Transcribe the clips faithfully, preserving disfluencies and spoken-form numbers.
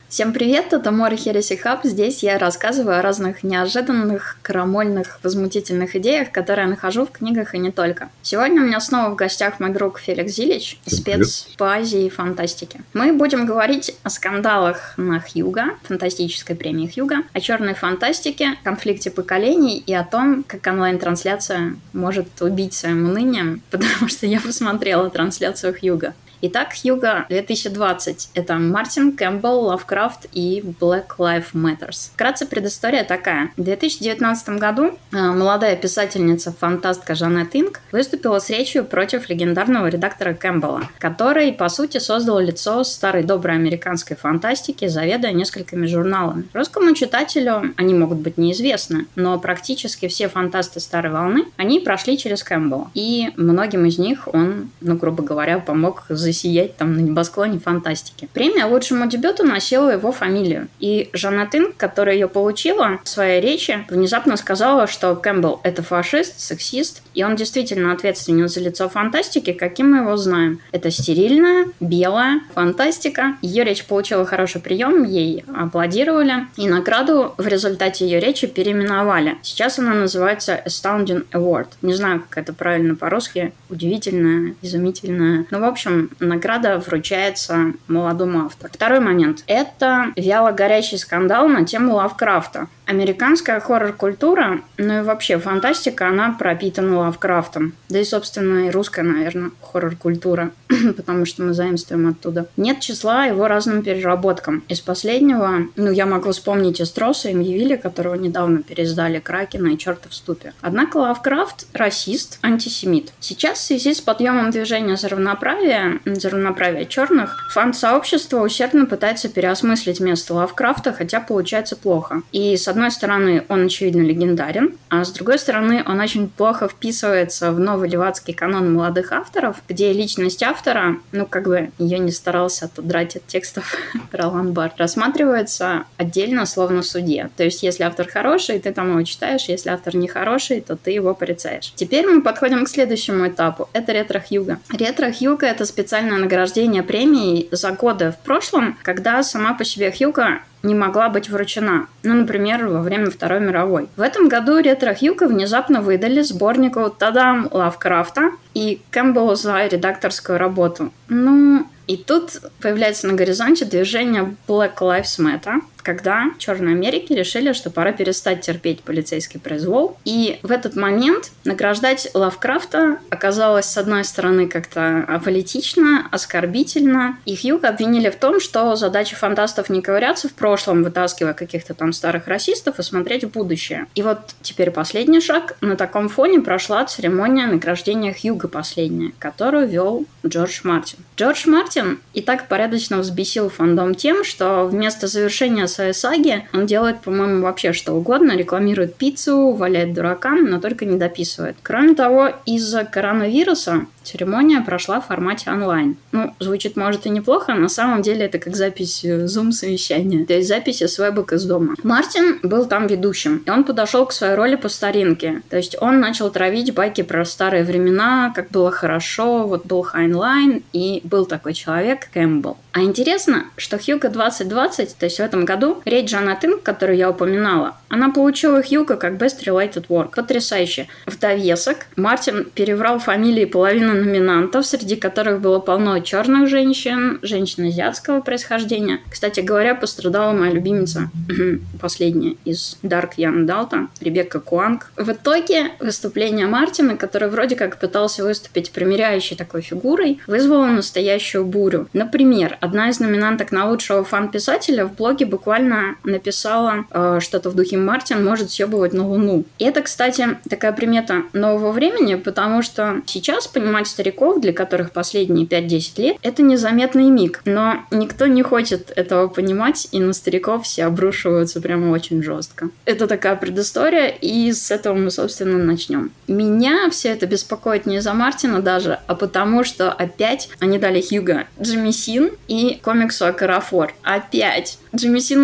Всем привет, это Мора Heresy Hub. Здесь я рассказываю о разных неожиданных, крамольных, возмутительных идеях, которые я нахожу в книгах и не только. Сегодня у меня снова в гостях мой друг Феликс Зилич, Всем спец привет. по Азии и фантастике. Мы будем говорить о скандалах на Хьюго, фантастической премии Хьюго, о черной фантастике, конфликте поколений и о том, как онлайн-трансляция может убить своим унынием, потому что я посмотрела трансляцию Хьюго. Итак, Хьюго две тысячи двадцать. Это Мартин Кэмпбелл, Лавкрафт и Black Lives Matter. Вкратце предыстория такая. В две тысячи девятнадцатом году э, молодая писательница-фантастка Жанет Инг выступила с речью против легендарного редактора Кэмпбелла, который, по сути, создал лицо старой доброй американской фантастики, заведуя несколькими журналами. Русскому читателю они могут быть неизвестны, но практически все фантасты старой волны, они прошли через Кэмпбелла. И многим из них он, ну, грубо говоря, помог засиять там на небосклоне фантастики. Премия лучшему дебюту носила его фамилию. И Жанет Инг, которая ее получила, в своей речи внезапно сказала, что Кэмпбелл — это фашист, сексист, и он действительно ответственен за лицо фантастики, каким мы его знаем. Это стерильная, белая фантастика. Ее речь получила хороший прием, ей аплодировали, и награду в результате ее речи переименовали. Сейчас она называется Astounding Award. Не знаю, как это правильно по-русски. Удивительная, изумительная. Ну, в общем, награда вручается молодому автору. Второй момент. Это вяло горящий скандал на тему Лавкрафта. Американская хоррор-культура, ну и вообще фантастика, она пропитана Лавкрафтом. Да и, собственно, и русская, наверное, хоррор-культура, потому что мы заимствуем оттуда. Нет числа его разным переработкам. Из последнего, ну, я могу вспомнить Эстроса и Мьявили, которого недавно переиздали, Кракена и Чёрта в ступе. Однако Лавкрафт — расист, антисемит. Сейчас в связи с подъемом движения за равноправие, за равноправие черных, фан-сообщество усердно пытается переосмыслить место Лавкрафта, хотя получается плохо. И, с одной стороны, он, очевидно, легендарен, а с другой стороны, он очень плохо вписывается в новый левацкий канон молодых авторов, где личность автора, ну, как бы ее не старался отодрать от текстов Ролан Барт, рассматривается отдельно, словно в суде. То есть, если автор хороший, ты там его читаешь, если автор не хороший, то ты его порицаешь. Теперь мы подходим к следующему этапу. Это ретро-хьюго. Ретро-хьюго — это специальное награждение премии за годы в прошлом, когда сама по себе хьюго не могла быть вручена. Ну, например, во время Второй мировой. В этом году ретро-хьюго внезапно выдали сборнику «Тадам!» Лавкрафта и Кэмпбеллу за редакторскую работу. Ну, и тут появляется на горизонте движение Black Lives Matter, когда в Черной Америке решили, что пора перестать терпеть полицейский произвол. И в этот момент награждать Лавкрафта оказалось, с одной стороны, как-то аполитично, оскорбительно. И Хьюго обвинили в том, что задача фантастов не ковыряться в прошлом, вытаскивая каких-то там старых расистов, и смотреть в будущее. И вот теперь последний шаг. На таком фоне прошла церемония награждения Хьюго последняя, которую вел Джордж Мартин. Джордж Мартин и так порядочно взбесил фандом тем, что вместо завершения своей саги он делает, по-моему, вообще что угодно, рекламирует пиццу, валяет дуракам, но только не дописывает. Кроме того, из-за коронавируса церемония прошла в формате онлайн. Ну, звучит, может, и неплохо, на самом деле это как запись Zoom-совещания, то есть запись с вебок из дома. Мартин был там ведущим, и он подошел к своей роли по старинке. То есть он начал травить байки про старые времена, как было хорошо, вот был Хайнлайн, и был такой человек Кэмпбелл. А интересно, что Хьюго двадцать двадцать, то есть в этом году, речь Жанет Инг, которую я упоминала, она получила Хьюго как Best Related Work. Потрясающе. В довесок Мартин переврал фамилии половины номинантов, среди которых было полно черных женщин, женщин азиатского происхождения. Кстати говоря, пострадала моя любимица, последняя из Dark Young Adult, Ребекка Куанг. В итоге выступление Мартина, который вроде как пытался выступить примиряющей такой фигурой, вызвало настоящую бурю. Например, одна из номинанток на лучшего фан-писателя в блоге буквально написала э, что-то в духе «Мартин может съебывать на Луну». И это, кстати, такая примета нового времени, потому что сейчас понимать стариков, для которых последние пять-десять лет, это незаметный миг. Но никто не хочет этого понимать, и на стариков все обрушиваются прямо очень жестко. Это такая предыстория, и с этого мы, собственно, начнем. Меня все это беспокоит не из-за Мартина даже, а потому что опять они дали Хьюго Джимми Син и комиксу Акарафор. Опять. Джимми Сину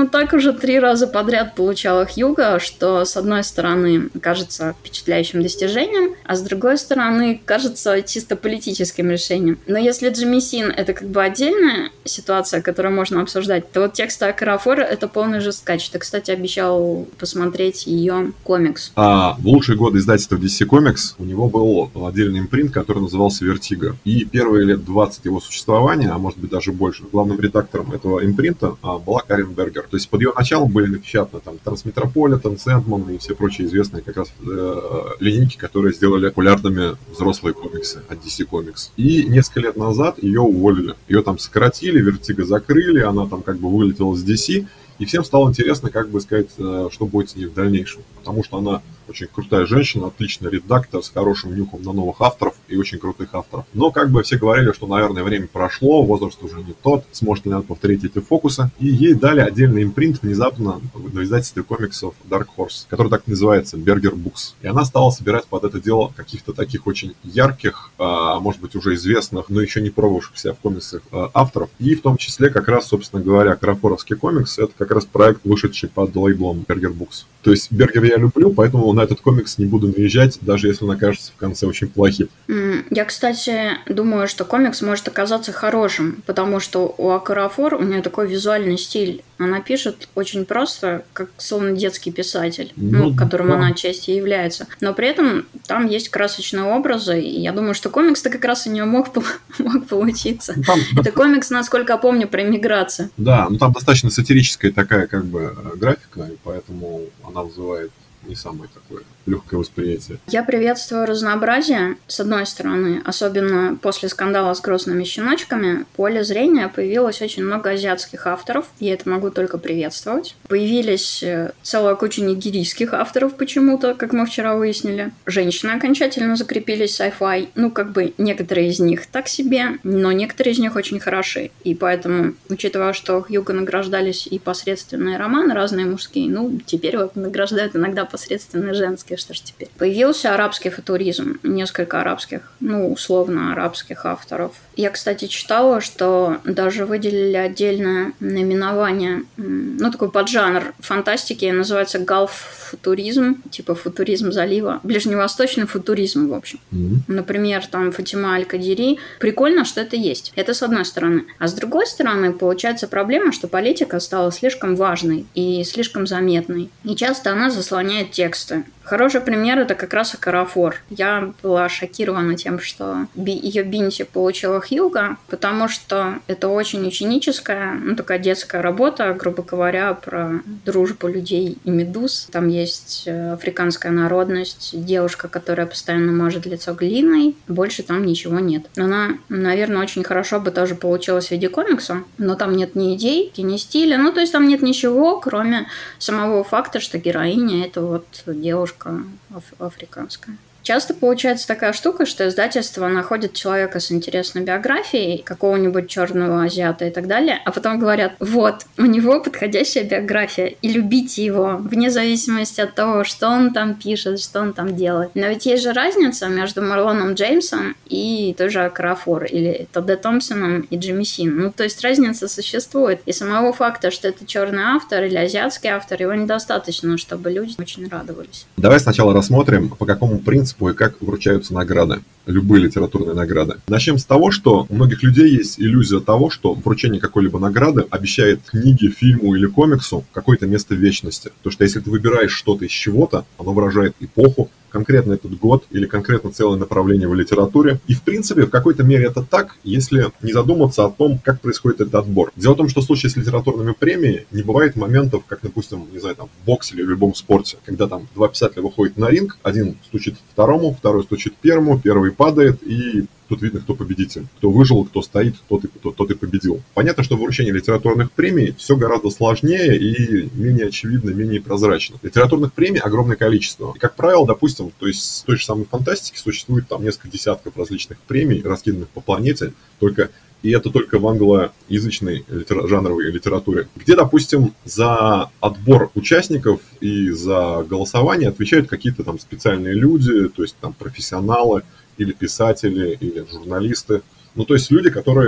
видимо, так уже три раза подряд получала Хьюго, что, с одной стороны, кажется впечатляющим достижением, а с другой стороны, кажется чисто политическим решением. Но если Джимми Син — это как бы отдельная ситуация, которую можно обсуждать, то вот текст Акарафора — это полный жесткач. Ты, кстати, обещал посмотреть ее комикс. А в лучшие годы издательства ди си Comics у него был отдельный импринт, который назывался Vertigo. И первые лет двадцать его существования, а может быть даже больше, главным редактором этого импринта была Карен Бергер. То есть под ее началом были напечатаны там Трансметрополитен, Сэндман и все прочие известные как раз э, линейки, которые сделали популярными взрослые комиксы от ди си Comics. И несколько лет назад ее уволили. Ее там сократили, Vertigo закрыли, она там как бы вылетела с ди си. И всем стало интересно, как бы сказать, что будет с ней в дальнейшем. Потому что она очень крутая женщина, отличный редактор с хорошим нюхом на новых авторов и очень крутых авторов. Но как бы все говорили, что, наверное, время прошло, возраст уже не тот, сможет ли она повторить эти фокусы. И ей дали отдельный импринт внезапно в издательстве комиксов Dark Horse, который так называется, Berger Books. И она стала собирать под это дело каких-то таких очень ярких, а может быть уже известных, но еще не пробовавшихся в комиксах авторов. И в том числе как раз, собственно говоря, Карафоровский комикс — это как раз проект, вышедший под лейблом Berger Books. То есть Бергер я люблю, поэтому на этот комикс не буду наезжать, даже если он окажется в конце очень плохим. Я, кстати, думаю, что комикс может оказаться хорошим, потому что у Акарафор у нее такой визуальный стиль. Она пишет очень просто, как словно детский писатель, ну, ну, которым да. она отчасти является. Но при этом там есть красочные образы, и я думаю, что комикс-то как раз у нее мог, мог получиться. Там, Это да, комикс, насколько я помню, про иммиграцию. Да, ну там достаточно сатирическая такая как бы графика, и поэтому она вызывает не самое такое легкое восприятие. Я приветствую разнообразие, с одной стороны, особенно после скандала с «Грустными щеночками», в поле зрения появилось очень много азиатских авторов, и это могу только приветствовать. Появились целая куча нигерийских авторов почему-то, как мы вчера выяснили. Женщины окончательно закрепились в sci-fi, ну, как бы некоторые из них так себе, но некоторые из них очень хороши. И поэтому, учитывая, что Хьюго награждались и посредственные романы, разные мужские, ну, теперь вот награждают иногда посредственные женские. Что ж теперь? Появился арабский футуризм, несколько арабских, ну, условно арабских авторов. Я, кстати, читала, что даже выделили отдельное наименование, ну, такой поджанр фантастики, называется галф-футуризм, типа футуризм залива, ближневосточный футуризм, в общем. Mm-hmm. Например, там Фатима Аль-Кадири. Прикольно, что это есть. Это с одной стороны. А с другой стороны, получается проблема, что политика стала слишком важной и слишком заметной. И часто она заслоняет тексты. Хороший пример — это как раз Акарафор. Я была шокирована тем, что би- ее бинти получила Хьюго, потому что это очень ученическая, ну, такая детская работа, грубо говоря, про дружбу людей и медуз. Там есть африканская народность, девушка, которая постоянно мажет лицо глиной. Больше там ничего нет. Она, наверное, очень хорошо бы тоже получилась в виде комикса, но там нет ни идей, ни стиля. Ну, то есть там нет ничего, кроме самого факта, что героиня — это вот девушка аф- африканская. Часто получается такая штука, что издательство находит человека с интересной биографией, какого-нибудь черного азиата и так далее, а потом говорят: вот, у него подходящая биография, и любите его, вне зависимости от того, что он там пишет, что он там делает. Но ведь есть же разница между Марлоном Джеймсом и той же Акарафор, или Тодде Томпсоном и Джимми Син. Ну, то есть разница существует. И самого факта, что это черный автор или азиатский автор, его недостаточно, чтобы люди очень радовались. Давай сначала рассмотрим, по какому принципу и как вручаются награды, любые литературные награды. Начнем с того, что у многих людей есть иллюзия того, что вручение какой-либо награды обещает книге, фильму или комиксу какое-то место в вечности. Потому что если ты выбираешь что-то из чего-то, оно выражает эпоху, конкретно этот год или конкретно целое направление в литературе. И, в принципе, в какой-то мере это так, если не задуматься о том, как происходит этот отбор. Дело в том, что в случае с литературными премиями не бывает моментов, как, допустим, не знаю, там, в боксе или в любом спорте, когда там два писателя выходят на ринг, один стучит второму, второй стучит первому, первый падает, и тут видно, кто победитель. Кто выжил, кто стоит, тот и, тот, тот и победил. Понятно, что в вручении литературных премий все гораздо сложнее и менее очевидно, менее прозрачно. Литературных премий огромное количество. И, как правило, допустим, то есть с той же самой фантастики существует там несколько десятков различных премий, раскиданных по планете, только и это только в англоязычной литера- жанровой литературе, где, допустим, за отбор участников и за голосование отвечают какие-то там специальные люди, то есть там профессионалы, или писатели, или журналисты. Ну, то есть люди, которые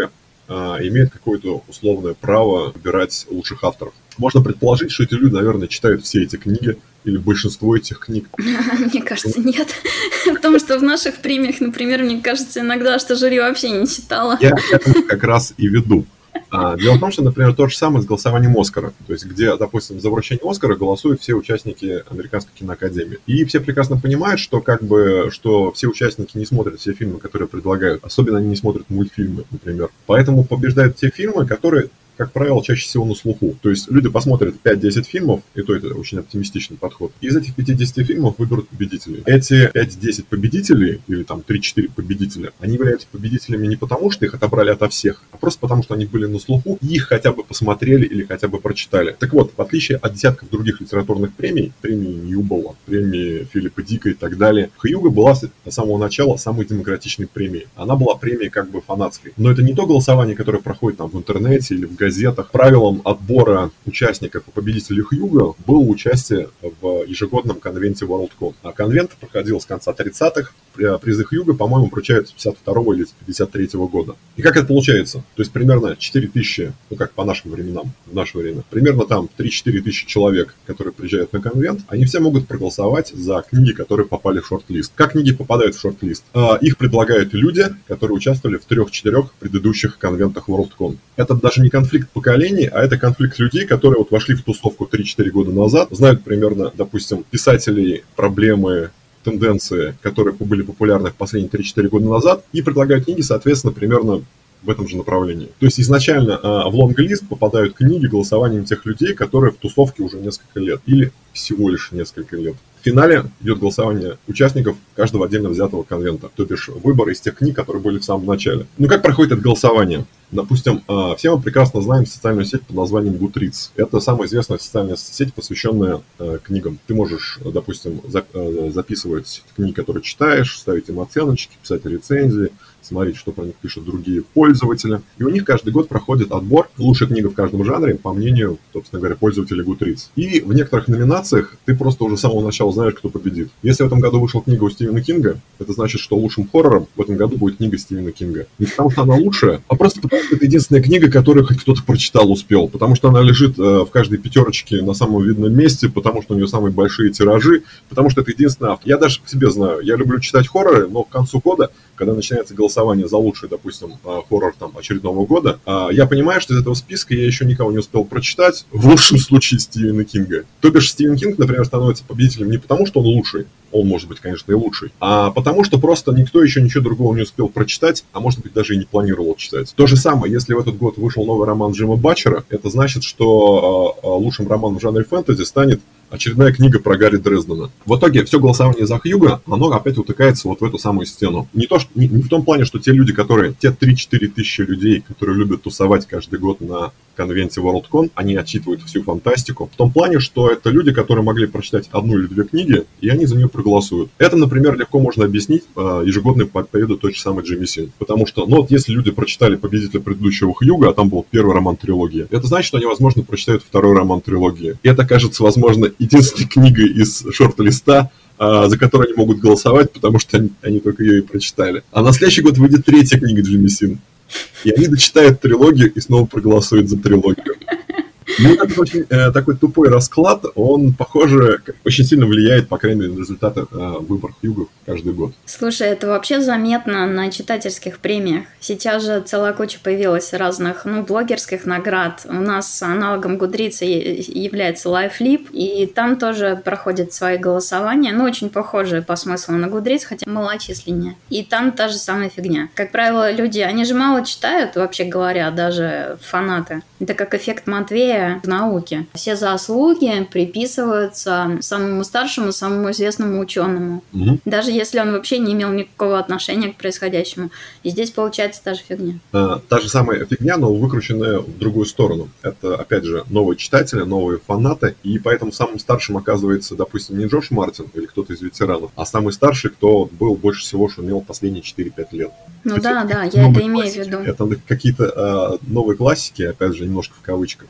а, имеет какое-то условное право выбирать лучших авторов. Можно предположить, что эти люди, наверное, читают все эти книги или большинство этих книг. Мне кажется, нет. Потому что в наших премиях, например, мне кажется иногда, что жюри вообще не читала. Я к этому как раз и веду. А, дело в том, что, например, то же самое с голосованием Оскара. То есть, где, допустим, за вручение Оскара голосуют все участники Американской киноакадемии. И все прекрасно понимают, что как бы, что все участники не смотрят все фильмы, которые предлагают. Особенно они не смотрят мультфильмы, например. Поэтому побеждают те фильмы, которые, как правило, чаще всего на слуху. То есть люди посмотрят пять-десять фильмов, и то это очень оптимистичный подход. И из этих пятидесяти фильмов выберут победителей. Эти пять-десять победителей, или там три-четыре победителя, они являются победителями не потому, что их отобрали ото всех, а просто потому, что они были на слуху, и их хотя бы посмотрели или хотя бы прочитали. Так вот, в отличие от десятков других литературных премий, премии Ньюбола, премии Филиппа Дика и так далее, Хьюго была с самого начала самой демократичной премией. Она была премией как бы фанатской. Но это не то голосование, которое проходит там в интернете или в газетах. Правилом отбора участников и победителей Хьюго было участие в ежегодном конвенте WorldCon. А конвент проходил с конца тридцатых. Призы Хьюго, по-моему, вручают с пятьдесят второго или с пятьдесят третьего года. И как это получается? То есть примерно четыре тысячи, ну как по нашим временам, в наше время, примерно там три-четыре тысячи человек, которые приезжают на конвент, они все могут проголосовать за книги, которые попали в шорт-лист. Как книги попадают в шорт-лист? А, их предлагают люди, которые участвовали в трех-четырех предыдущих конвентах WorldCon. Это даже не конфликт поколений, а это конфликт людей, которые вот вошли в тусовку три-четыре года назад, знают примерно, допустим, писателей, проблемы, тенденции, которые были популярны в последние три-четыре года назад, и предлагают книги, соответственно, примерно в этом же направлении. То есть изначально а, в лонг-лист попадают книги голосованием тех людей, которые в тусовке уже несколько лет, или всего лишь несколько лет. В финале идет голосование участников каждого отдельно взятого конвента, то бишь выбор из тех книг, которые были в самом начале. Ну как проходит это голосование? Допустим, все мы прекрасно знаем социальную сеть под названием Goodreads. Это самая известная социальная сеть, посвященная э, книгам. Ты можешь, допустим, за, э, записывать книги, которые читаешь, ставить им оценочки, писать рецензии, смотреть, что про них пишут другие пользователи. И у них каждый год проходит отбор лучших книг в каждом жанре, по мнению, собственно говоря, пользователей Goodreads. И в некоторых номинациях ты просто уже с самого начала знаешь, кто победит. Если в этом году вышла книга у Стивена Кинга, это значит, что лучшим хоррором в этом году будет книга Стивена Кинга. Не потому что она лучшая, а просто потому что это единственная книга, которую хоть кто-то прочитал, успел. Потому что она лежит э, в каждой пятерочке на самом видном месте, потому что у нее самые большие тиражи, потому что это единственный автор. Я даже по себе знаю, я люблю читать хорроры, но к концу года, когда начинается голосование за лучший, допустим, хоррор там, очередного года, я понимаю, что из этого списка я еще никого не успел прочитать, в лучшем случае Стивена Кинга. То бишь Стивен Кинг, например, становится победителем не потому, что он лучший, он может быть, конечно, и лучший, а потому что просто никто еще ничего другого не успел прочитать, а может быть, даже и не планировал читать. То же самое, если в этот год вышел новый роман Джима Батчера, это значит, что лучшим романом в жанре фэнтези станет очередная книга про Гарри Дрездена. В итоге все голосование за Хьюго, оно опять утыкается вот в эту самую стену. Не, то, что, не, не в том плане, что те люди, которые, те три-четыре тысячи людей, которые любят тусовать каждый год на конвенте WorldCon, они отчитывают всю фантастику. В том плане, что это люди, которые могли прочитать одну или две книги, и они за нее проголосуют. Это, например, легко можно объяснить э, ежегодной победой той же самой Джимми Син. Потому что, ну вот если люди прочитали победителя предыдущего Хьюго, а там был первый роман трилогии, это значит, что они, возможно, прочитают второй роман трилогии. И это кажется, возможно, единственной книгой из шорт-листа, э, за которую они могут голосовать, потому что они, они только ее и прочитали. А на следующий год выйдет третья книга Джимми Син. И они дочитают трилогию и снова проголосуют за трилогию. Ну, это очень э, такой тупой расклад, он, похоже, очень сильно влияет, по крайней мере, на результаты э, выборов Хьюго каждый год. Слушай, это вообще заметно на читательских премиях. Сейчас же целая куча появилась разных, ну, блогерских наград. У нас аналогом Goodreads является LiveLib, и там тоже проходят свои голосования, ну, очень похожие по смыслу на Goodreads, хотя малочисленнее. И там та же самая фигня. Как правило, люди, они же мало читают, вообще говоря, даже фанаты. Это как эффект Матвея в науке. Все заслуги приписываются самому старшему, самому известному ученому. Угу. Даже если он вообще не имел никакого отношения к происходящему. И здесь получается та же фигня. А, та же самая фигня, но выкрученная в другую сторону. Это, опять же, новые читатели, новые фанаты. И поэтому самым старшим оказывается, допустим, не Джордж Мартин или кто-то из ветеранов, а самый старший, кто был больше всего, шумел последние четыре-пять лет. Ну да, да, я это имею в виду. Это какие-то а, новые классики, опять же, немножко в кавычках. В итоге, что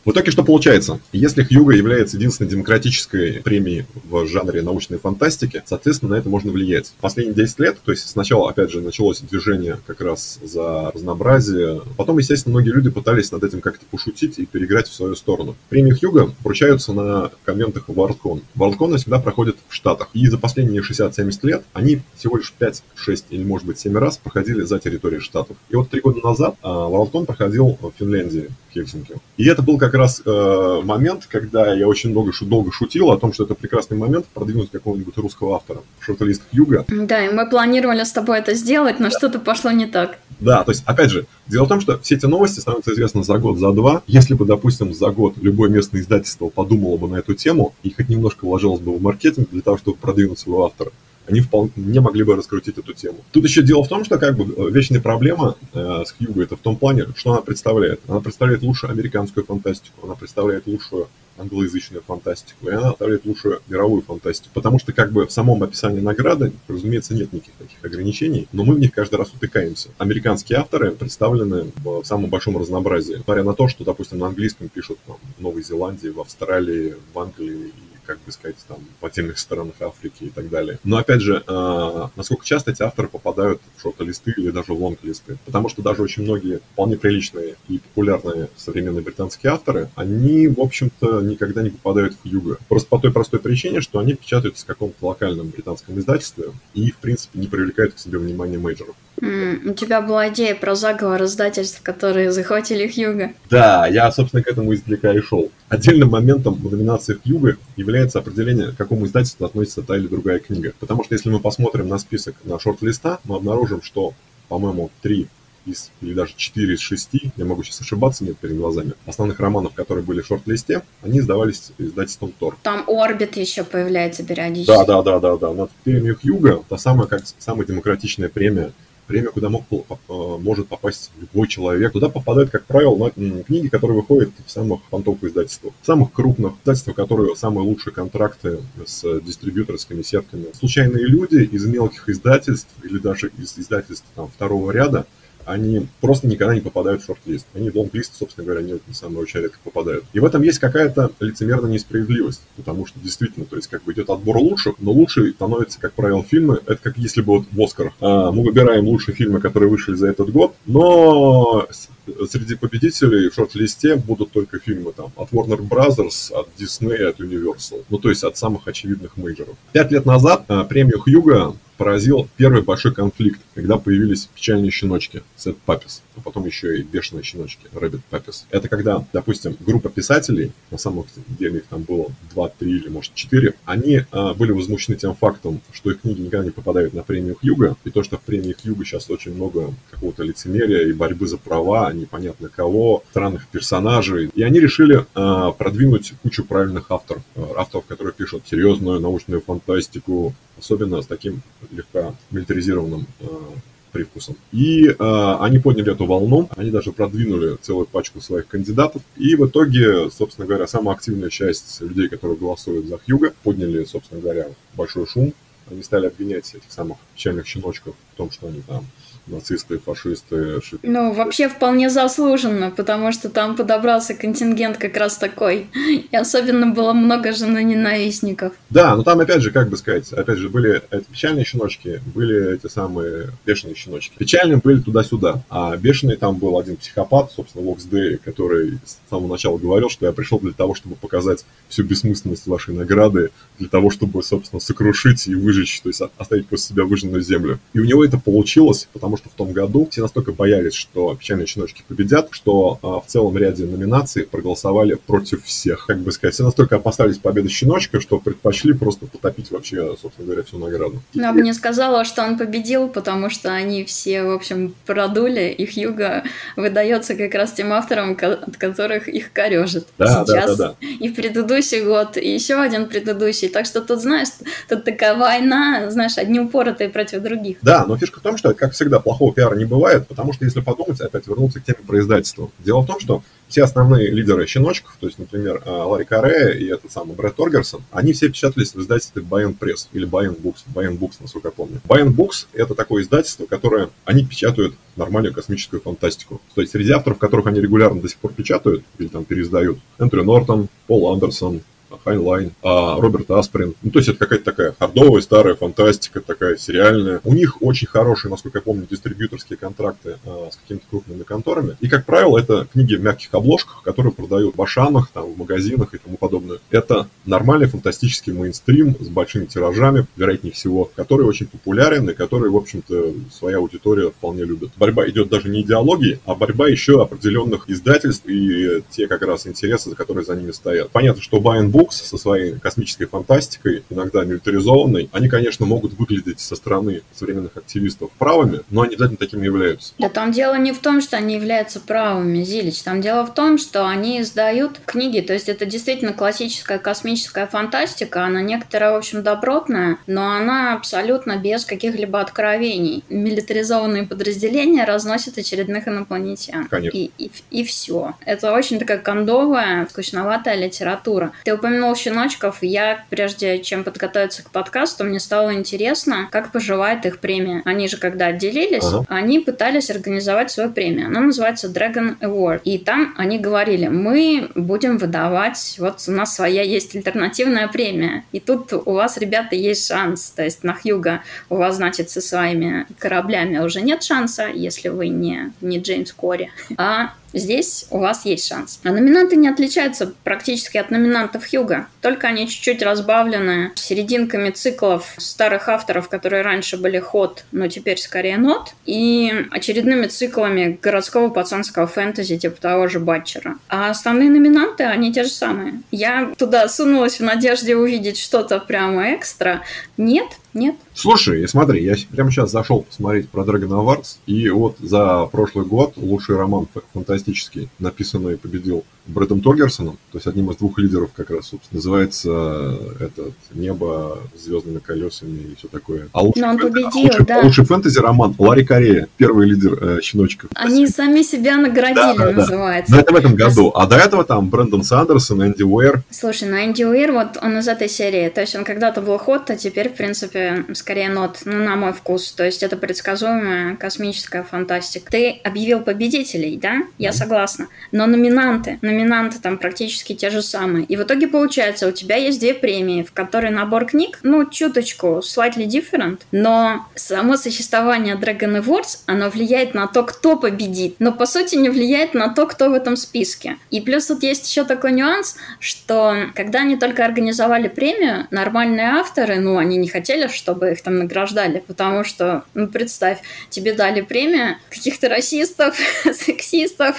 что получается? Если Хьюго является единственной демократической премией в жанре научной фантастики, соответственно, на это можно влиять. Последние десять лет, то есть сначала, опять же, началось движение как раз за разнообразие, потом, естественно, многие люди пытались над этим как-то пошутить и переиграть в свою сторону. Премии Хьюго вручаются на конвентах WorldCon. WorldCon всегда проходит в Штатах, и за последние шестьдесят-семьдесят лет они всего лишь пять, шесть или, может быть, семь раз проходили за территорией Штатов. И вот три года назад WorldCon проходил в Финляндии, в Хельсинки. И это был как раз э, момент, когда я очень много, долго шутил о том, что это прекрасный момент продвинуть какого-нибудь русского автора в шорт-лист Хьюго. Да, и мы планировали с тобой это сделать, но да. Что-то пошло не так. Да, то есть, опять же, дело в том, что все эти новости становятся известны за год, за два. Если бы, допустим, за год любое местное издательство подумало бы на эту тему и хоть немножко вложилось бы в маркетинг для того, чтобы продвинуть своего автора, они вполне могли бы раскрутить эту тему. Тут еще дело в том, что как бы вечная проблема э, с Хьюго это в том плане, что она представляет. Она представляет лучшую американскую фантастику, она представляет лучшую англоязычную фантастику, и она представляет лучшую мировую фантастику. Потому что как бы в самом описании награды, разумеется, нет никаких таких ограничений, но мы в них каждый раз утыкаемся. Американские авторы представлены в самом большом разнообразии. Несмотря на то, что, допустим, на английском пишут там, в Новой Зеландии, в Австралии, в Англии, как бы сказать, там, в отдельных странах Африки и так далее. Но, опять же, э, насколько часто эти авторы попадают в шорт-листы или даже в лонг-листы. Потому что даже очень многие вполне приличные и популярные современные британские авторы, они, в общем-то, никогда не попадают в Хьюго. Просто по той простой причине, что они печатаются в каком-то локальном британском издательстве и, в принципе, не привлекают к себе внимание мейджоров. Mm, у тебя была идея про заговор издательств, которые захватили Хьюго. Да, я, собственно, к этому издалека и шел. Отдельным моментом в номинациях Хьюго является определение, к какому издательству относится та или другая книга. Потому что если мы посмотрим на список на шорт-листа, мы обнаружим, что, по-моему, три из, или даже четыре из шести, я могу сейчас ошибаться, нет перед глазами, основных романов, которые были в шорт-листе, они издавались издательством Тор. Там Орбит еще появляется периодически. Да, да, да, да, да. На премию Хьюго, та самая, как самая демократичная премия, премия, куда мог, может попасть любой человек. Туда попадают, как правило, книги, которые выходят в самых фантовых издательствах. В самых крупных издательствах, которые самые лучшие контракты с дистрибьюторскими сетками. Случайные люди из мелких издательств или даже из издательств там, второго ряда, они просто никогда не попадают в шорт-лист. Они в лонг-лист, собственно говоря, не, не самые очень редко попадают. И в этом есть какая-то лицемерная несправедливость, потому что действительно, то есть как бы идет отбор лучших, но лучшие становятся, как правило, фильмы. Это как если бы вот в Оскарах. А, мы выбираем лучшие фильмы, которые вышли за этот год, но среди победителей в шорт-листе будут только фильмы там от Warner Brothers, от Disney, от Universal. Ну, то есть от самых очевидных мейджоров. Пять лет назад а, премию Хьюго поразил первый большой конфликт, когда появились печальные щеночки, Sad Puppies, а потом еще и бешеные щеночки, Rabbit Puppies. Это когда, допустим, группа писателей, на самом деле их там было два, три или, может, четыре, они а, были возмущены тем фактом, что их книги никогда не попадают на премию Хьюго, и то, что в премии Хьюго сейчас очень много какого-то лицемерия и борьбы за права, непонятно кого, странных персонажей. И они решили а, продвинуть кучу правильных авторов, авторов, которые пишут серьезную научную фантастику, особенно с таким легко милитаризированным э, привкусом. И э, они подняли эту волну, они даже продвинули целую пачку своих кандидатов. И в итоге, собственно говоря, самая активная часть людей, которые голосуют за Хьюго, подняли, собственно говоря, большой шум. Они стали обвинять этих самых печальных щеночков в том, что они там нацисты, фашисты. Ши... Ну, вообще вполне заслуженно, потому что там подобрался контингент как раз такой. И особенно было много женоненавистников. Да, но там, опять же, как бы сказать, опять же, были эти печальные щеночки, были эти самые бешеные щеночки. Печальные были туда-сюда, а бешеный там был один психопат, собственно, Локс Дэй, который с самого начала говорил, что я пришел для того, чтобы показать всю бессмысленность вашей награды, для того, чтобы, собственно, сокрушить и выжечь, то есть оставить после себя выжженную землю. И у него это получилось, потому что в том году все настолько боялись, что печальные щеночки победят, что а, в целом ряде номинаций проголосовали против всех. Как бы сказать, все настолько опасались победы щеночка, что предпочли просто потопить вообще, собственно говоря, всю награду. Я бы не сказала, что он победил, потому что они все, в общем, продули, и Хьюго выдается как раз тем авторам, от которых их корежит. Да, сейчас. Да, да, да. И в предыдущий год, и еще один предыдущий. Так что тут, знаешь, тут такая война, знаешь, одни упоротые против других. Да, но Но фишка в том, что, как всегда, плохого пиара не бывает, потому что, если подумать, опять вернуться к теме про издательство. Дело в том, что все основные лидеры щеночков, то есть, например, Ларри Коррея и этот самый Брэд Торгерсон, они все печатались в издательстве Buy-in Press или Buy-in Books, Buy-in Books, насколько я помню. Buy-in Books — это такое издательство, которое, они печатают нормальную космическую фантастику. То есть среди авторов, которых они регулярно до сих пор печатают или там переиздают, Эндрю Нортон, Пол Андерсон, Хайнлайн, а Роберт Асприн. Ну, то есть это какая-то такая хардовая, старая фантастика, такая сериальная. У них очень хорошие, насколько я помню, дистрибьюторские контракты а, с какими-то крупными конторами. И, как правило, это книги в мягких обложках, которые продают в Ашанах, там, в магазинах и тому подобное. Это нормальный фантастический мейнстрим с большими тиражами, вероятнее всего, который очень популярен и который, в общем-то, своя аудитория вполне любит. Борьба идет даже не идеологии, а борьба еще определенных издательств и те как раз интересы, которые за ними стоят. Понятно, что Buy-in Books со своей космической фантастикой, иногда милитаризованной, они, конечно, могут выглядеть со стороны современных активистов правыми, но они обязательно такими являются. Да там дело не в том, что они являются правыми, Зилич. Там дело в том, что они издают книги. То есть это действительно классическая космическая фантастика. Она некоторая, в общем, добротная, но она абсолютно без каких-либо откровений. Милитаризованные подразделения разносят очередных инопланетян. Конечно. И, и, и все. Это очень такая кондовая, скучноватая литература. Ты упомянул щеночков, я, прежде чем подготовиться к подкасту, мне стало интересно, как поживает их премия. Они же, когда отделились, ага. они пытались организовать свою премию. Она называется Dragon Award. И там они говорили, мы будем выдавать, вот у нас своя есть альтернативная премия. И тут у вас, ребята, есть шанс. То есть на Хьюго у вас, значит, со своими кораблями уже нет шанса, если вы не, не Джеймс Кори. А здесь у вас есть шанс. А номинанты не отличаются практически от номинантов Хьюго, только они чуть-чуть разбавлены серединками циклов старых авторов, которые раньше были ход, но теперь скорее нот, и очередными циклами городского пацанского фэнтези, типа того же Батчера. А основные номинанты, они те же самые. Я туда сунулась в надежде увидеть что-то прямо экстра. Нет, нет. Слушай, смотри, я прямо сейчас зашел посмотреть про Dragon Awards, и вот за прошлый год лучший роман фантастический, написанный, победил Брэдом Торгерсоном, то есть одним из двух лидеров как раз, собственно, называется этот «Небо с звездными колесами» и все такое. А лучший, Но он фэн... победил, лучший, да. лучший фэнтези-роман Ларри Коррея, первый лидер э, щеночков. Они сами себя наградили, да, да, называется. Да. Но это в этом году. А до этого там Брэндон Сандерсон, Энди Уэйр. Слушай, ну Энди Уэйр, вот он из этой серии. То есть он когда-то был ход, а теперь, в принципе, скорее нот, ну, на мой вкус. То есть это предсказуемая космическая фантастика. Ты объявил победителей, да? Я mm-hmm. согласна. Но номинанты, номинанты там практически те же самые. И в итоге получается, у тебя есть две премии, в которой набор книг, ну, чуточку, slightly different, но само существование Dragon Awards, оно влияет на то, кто победит, но, по сути, не влияет на то, кто в этом списке. И плюс тут есть еще такой нюанс, что когда они только организовали премию, нормальные авторы, ну, они не хотели, чтобы их там награждали, потому что, ну, представь, тебе дали премию каких-то расистов, сексистов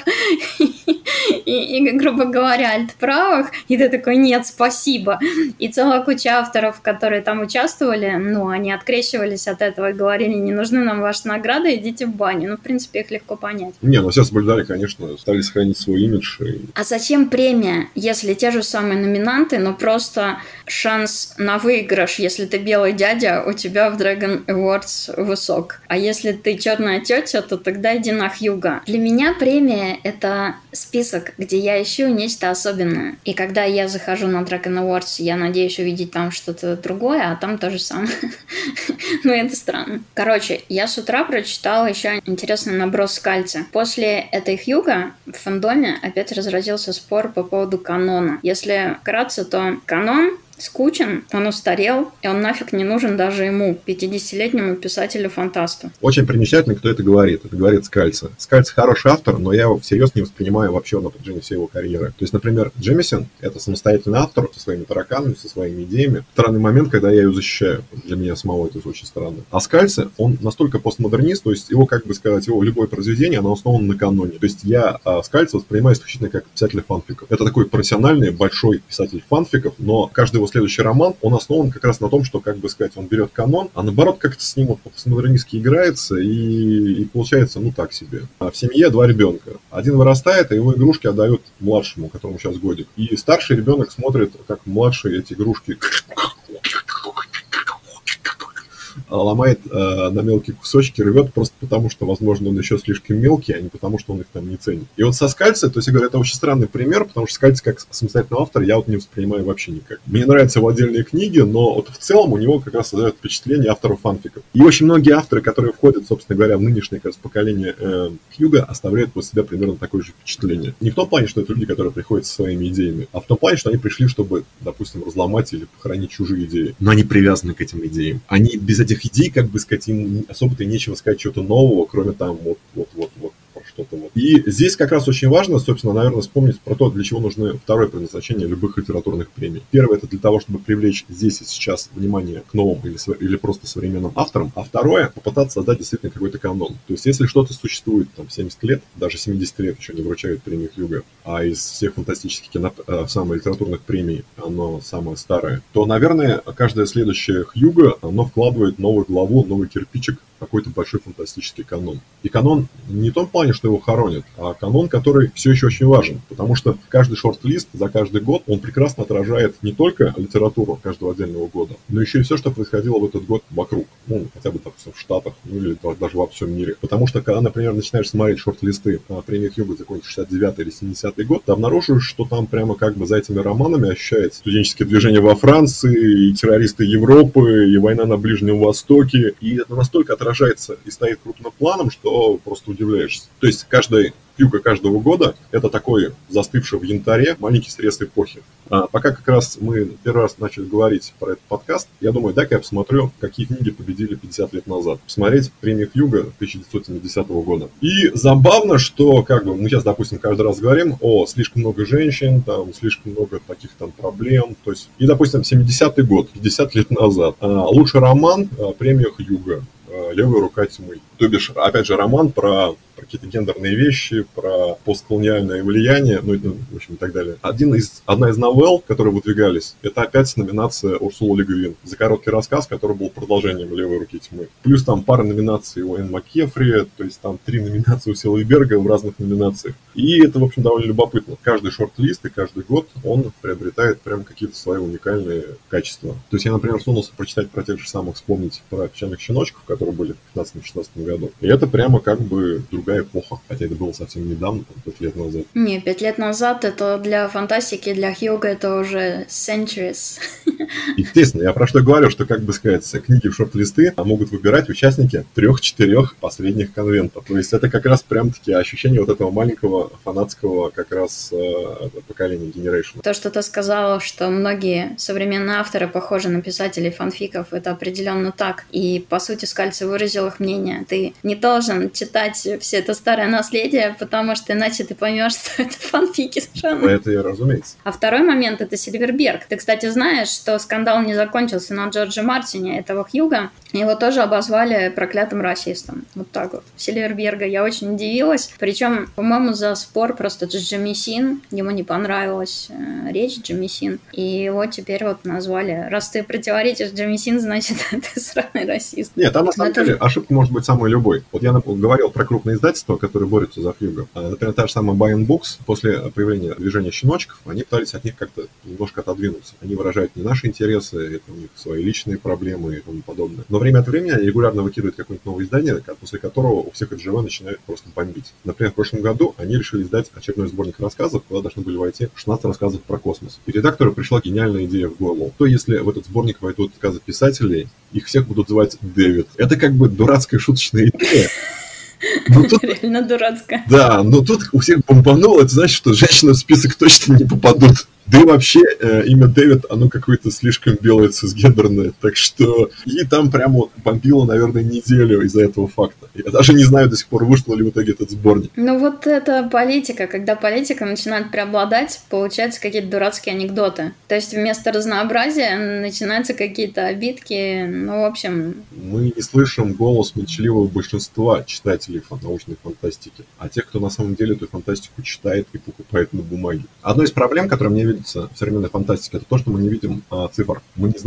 и, и, и, грубо говоря, альтправых, и ты такой, нет, спасибо. И целая куча авторов, которые там участвовали, ну, они открещивались от этого и говорили, не нужны нам ваши награды, идите в баню. Ну, в принципе, их легко понять. Не, ну все соблюдали, конечно, стали сохранить свой имидж. И... А зачем премия, если те же самые номинанты, но просто шанс на выигрыш, если ты белый дядя, у тебя в Dragon Awards высок. А если ты черная тетя, то тогда иди на Хьюго. Для меня премия — это список, где я ищу нечто особенное. И когда я захожу на Dragon Awards, я надеюсь увидеть там что-то другое, а там то же самое. Ну, это странно. Короче, я с утра прочитала еще интересный наброс Скальца. После этой Хьюго в фандоме опять разразился спор по поводу канона. Если вкратце, то канон скучен, он устарел, и он нафиг не нужен даже ему, пятидесятилетнему писателю-фантасту. Очень примечательно, кто это говорит. Это говорит Скальца. Скальца хороший автор, но я его всерьез не воспринимаю вообще на протяжении всей его карьеры. То есть, например, Джемисон — это самостоятельный автор со своими тараканами, со своими идеями. Странный момент, когда я ее защищаю. Для меня самого это очень странно. А Скальца, он настолько постмодернист, то есть его, как бы сказать, его любое произведение, оно основано на каноне. То есть я а, Скальца воспринимаю исключительно как писателя фанфиков. Это такой профессиональный, большой писатель фанфиков, но каждый его следующий роман, он основан как раз на том, что, как бы сказать, он берет канон, а наоборот как-то с ним вот постмодернистски играется, и, и получается, ну, так себе. А в семье два ребенка. Один вырастает, и его игрушки отдают младшему, которому сейчас годик. И старший ребенок смотрит, как младший эти игрушки ломает э, на мелкие кусочки, рвет просто потому, что, возможно, он еще слишком мелкий, а не потому, что он их там не ценит. И вот со Скальци, то есть, я говорю, это очень странный пример, потому что Скальци как самостоятельный автор я вот не воспринимаю вообще никак. Мне нравятся его отдельные книги, но вот в целом у него как раз создает впечатление автора фанфиков. И очень многие авторы, которые входят, собственно говоря, в нынешнее как раз, поколение э, Хьюга, оставляют после себя примерно такое же впечатление. Не в том плане, что это люди, которые приходят со своими идеями, а в том плане, что они пришли, чтобы, допустим, разломать или похоронить чужие идеи. Но они привязаны к этим идеям. Они без этих идей, как бы сказать, им особо-то и нечего сказать чего-то нового, кроме там вот-вот-вот-вот. Что-то вот. И здесь как раз очень важно, собственно, наверное, вспомнить про то, для чего нужны второе предназначение любых литературных премий. Первое – это для того, чтобы привлечь здесь и сейчас внимание к новым или, или просто современным авторам, а второе – попытаться создать действительно какой-то канон. То есть, если что-то существует там семьдесят лет, даже семьдесят лет еще не вручают премию Хьюга, а из всех фантастических кино, самых литературных премий оно самое старое, то, наверное, каждое следующее Хьюга, оно вкладывает новую главу, новый кирпичик, какой-то большой фантастический канон. И канон не в том плане, что его хоронят, а канон, который все еще очень важен, потому что каждый шорт-лист за каждый год, он прекрасно отражает не только литературу каждого отдельного года, но еще и все, что происходило в этот год вокруг, ну, хотя бы, допустим, в Штатах, ну, или даже во всем мире. Потому что, когда, например, начинаешь смотреть шорт-листы премии Хьюга за какой-нибудь шестьдесят девятый или семидесятый год, ты обнаруживаешь, что там прямо как бы за этими романами ощущается студенческие движения во Франции, и террористы Европы, и война на Ближнем Востоке, и это настолько отражается и стоит крупным планом, что просто удивляешься. То есть каждый Хьюга каждого года – это такой застывший в янтаре маленький срез эпохи. А пока как раз мы первый раз начали говорить про этот подкаст, я думаю, дай-ка я посмотрю, какие книги победили пятьдесят лет назад. Посмотреть премию Хьюга тысяча девятьсот семидесятого года. И забавно, что как бы мы сейчас, допустим, каждый раз говорим о слишком много женщин, там, слишком много таких там проблем. То есть, и, допустим, семидесятый год, пятьдесят лет назад. А, лучший роман – премия Хьюга. «Левая рука тьмы». То бишь, опять же, роман про, про какие-то гендерные вещи, про постколониальное влияние, ну, в общем, и так далее. Один из, одна из новелл, которые выдвигались, это опять номинация Урсулы Ле Гуин за короткий рассказ, который был продолжением «Левой руки тьмы». Плюс там пара номинаций у Энн Маккефри, то есть там три номинации у Силверберга в разных номинациях. И это, в общем, довольно любопытно. Каждый шорт-лист и каждый год он приобретает прям какие-то свои уникальные качества. То есть я, например, сунулся прочитать про тех же самых, вспомнить про «Печальных щеночков», которые были в пятнадцатом-шестнадцатом году. И это прямо как бы другая эпоха, хотя это было совсем недавно, там, пять лет назад. Не, пять лет назад это для фантастики, для Хьюга это уже centuries. Естественно, я про что говорю, что, как бы сказать, книги в шорт-листы могут выбирать участники трех-четырех последних конвентов. То есть это как раз прям такие ощущения вот этого маленького фанатского как раз э, поколения Generation. То, что ты сказала, что многие современные авторы похожи на писателей фанфиков, это определенно так. И, по сути, Скальци выразил их мнение. Ты не должен читать все это старое наследие, потому что иначе ты поймешь, что это фанфики совершенно. Это и разумеется. А второй момент — это Сильверберг. Ты, кстати, знаешь, что скандал не закончился на Джордже Мартине, этого Хьюга. Его тоже обозвали проклятым расистом. Вот так вот. Сильверберга я очень удивилась. Причем, по-моему, за спор просто с Джимми Син. Ему не понравилась э, речь Джимми Син. И его теперь вот назвали. Раз ты противоречишь Джимми Син, значит, ты сраный расист. Нет, там на самом деле тоже... ошибка может быть самой любой. Вот я говорил про крупные издательства, которые борются за Хьюга. Например, та же самая Buy-in Books, после появления движения щеночков, они пытались от них как-то немножко отодвинуться. Они выражают не наши интересы, это у них свои личные проблемы и тому подобное. Но время от времени они регулярно выкидывают какое-нибудь новое издание, после которого у всех эр джи ви начинает просто бомбить. Например, в прошлом году они решили издать очередной сборник рассказов, куда должны были войти шестнадцать рассказов про космос. И редактору пришла гениальная идея в голову. То если в этот сборник войдут рассказы писателей, их всех будут звать Дэвид. Это как бы дурацкая шуточная идея. Тут, реально дурацкая. Да, но тут у всех бомбануло, это значит, что женщины в список точно не попадут. Да и вообще э, имя Дэвид, оно какое-то слишком белое, цисгендерное, так что... И там прямо вот бомбило, наверное, неделю из-за этого факта. Я даже не знаю до сих пор, вышел ли в итоге этот сборник. Ну вот это политика. Когда политика начинает преобладать, получаются какие-то дурацкие анекдоты. То есть вместо разнообразия начинаются какие-то обидки, ну, в общем... Мы не слышим голос молчаливого большинства читателей научной фантастики, а тех, кто на самом деле эту фантастику читает и покупает на бумаге. Одной из проблем, которая мне видится в современной фантастике, это то, что мы не видим а, цифр. Мы не знаем,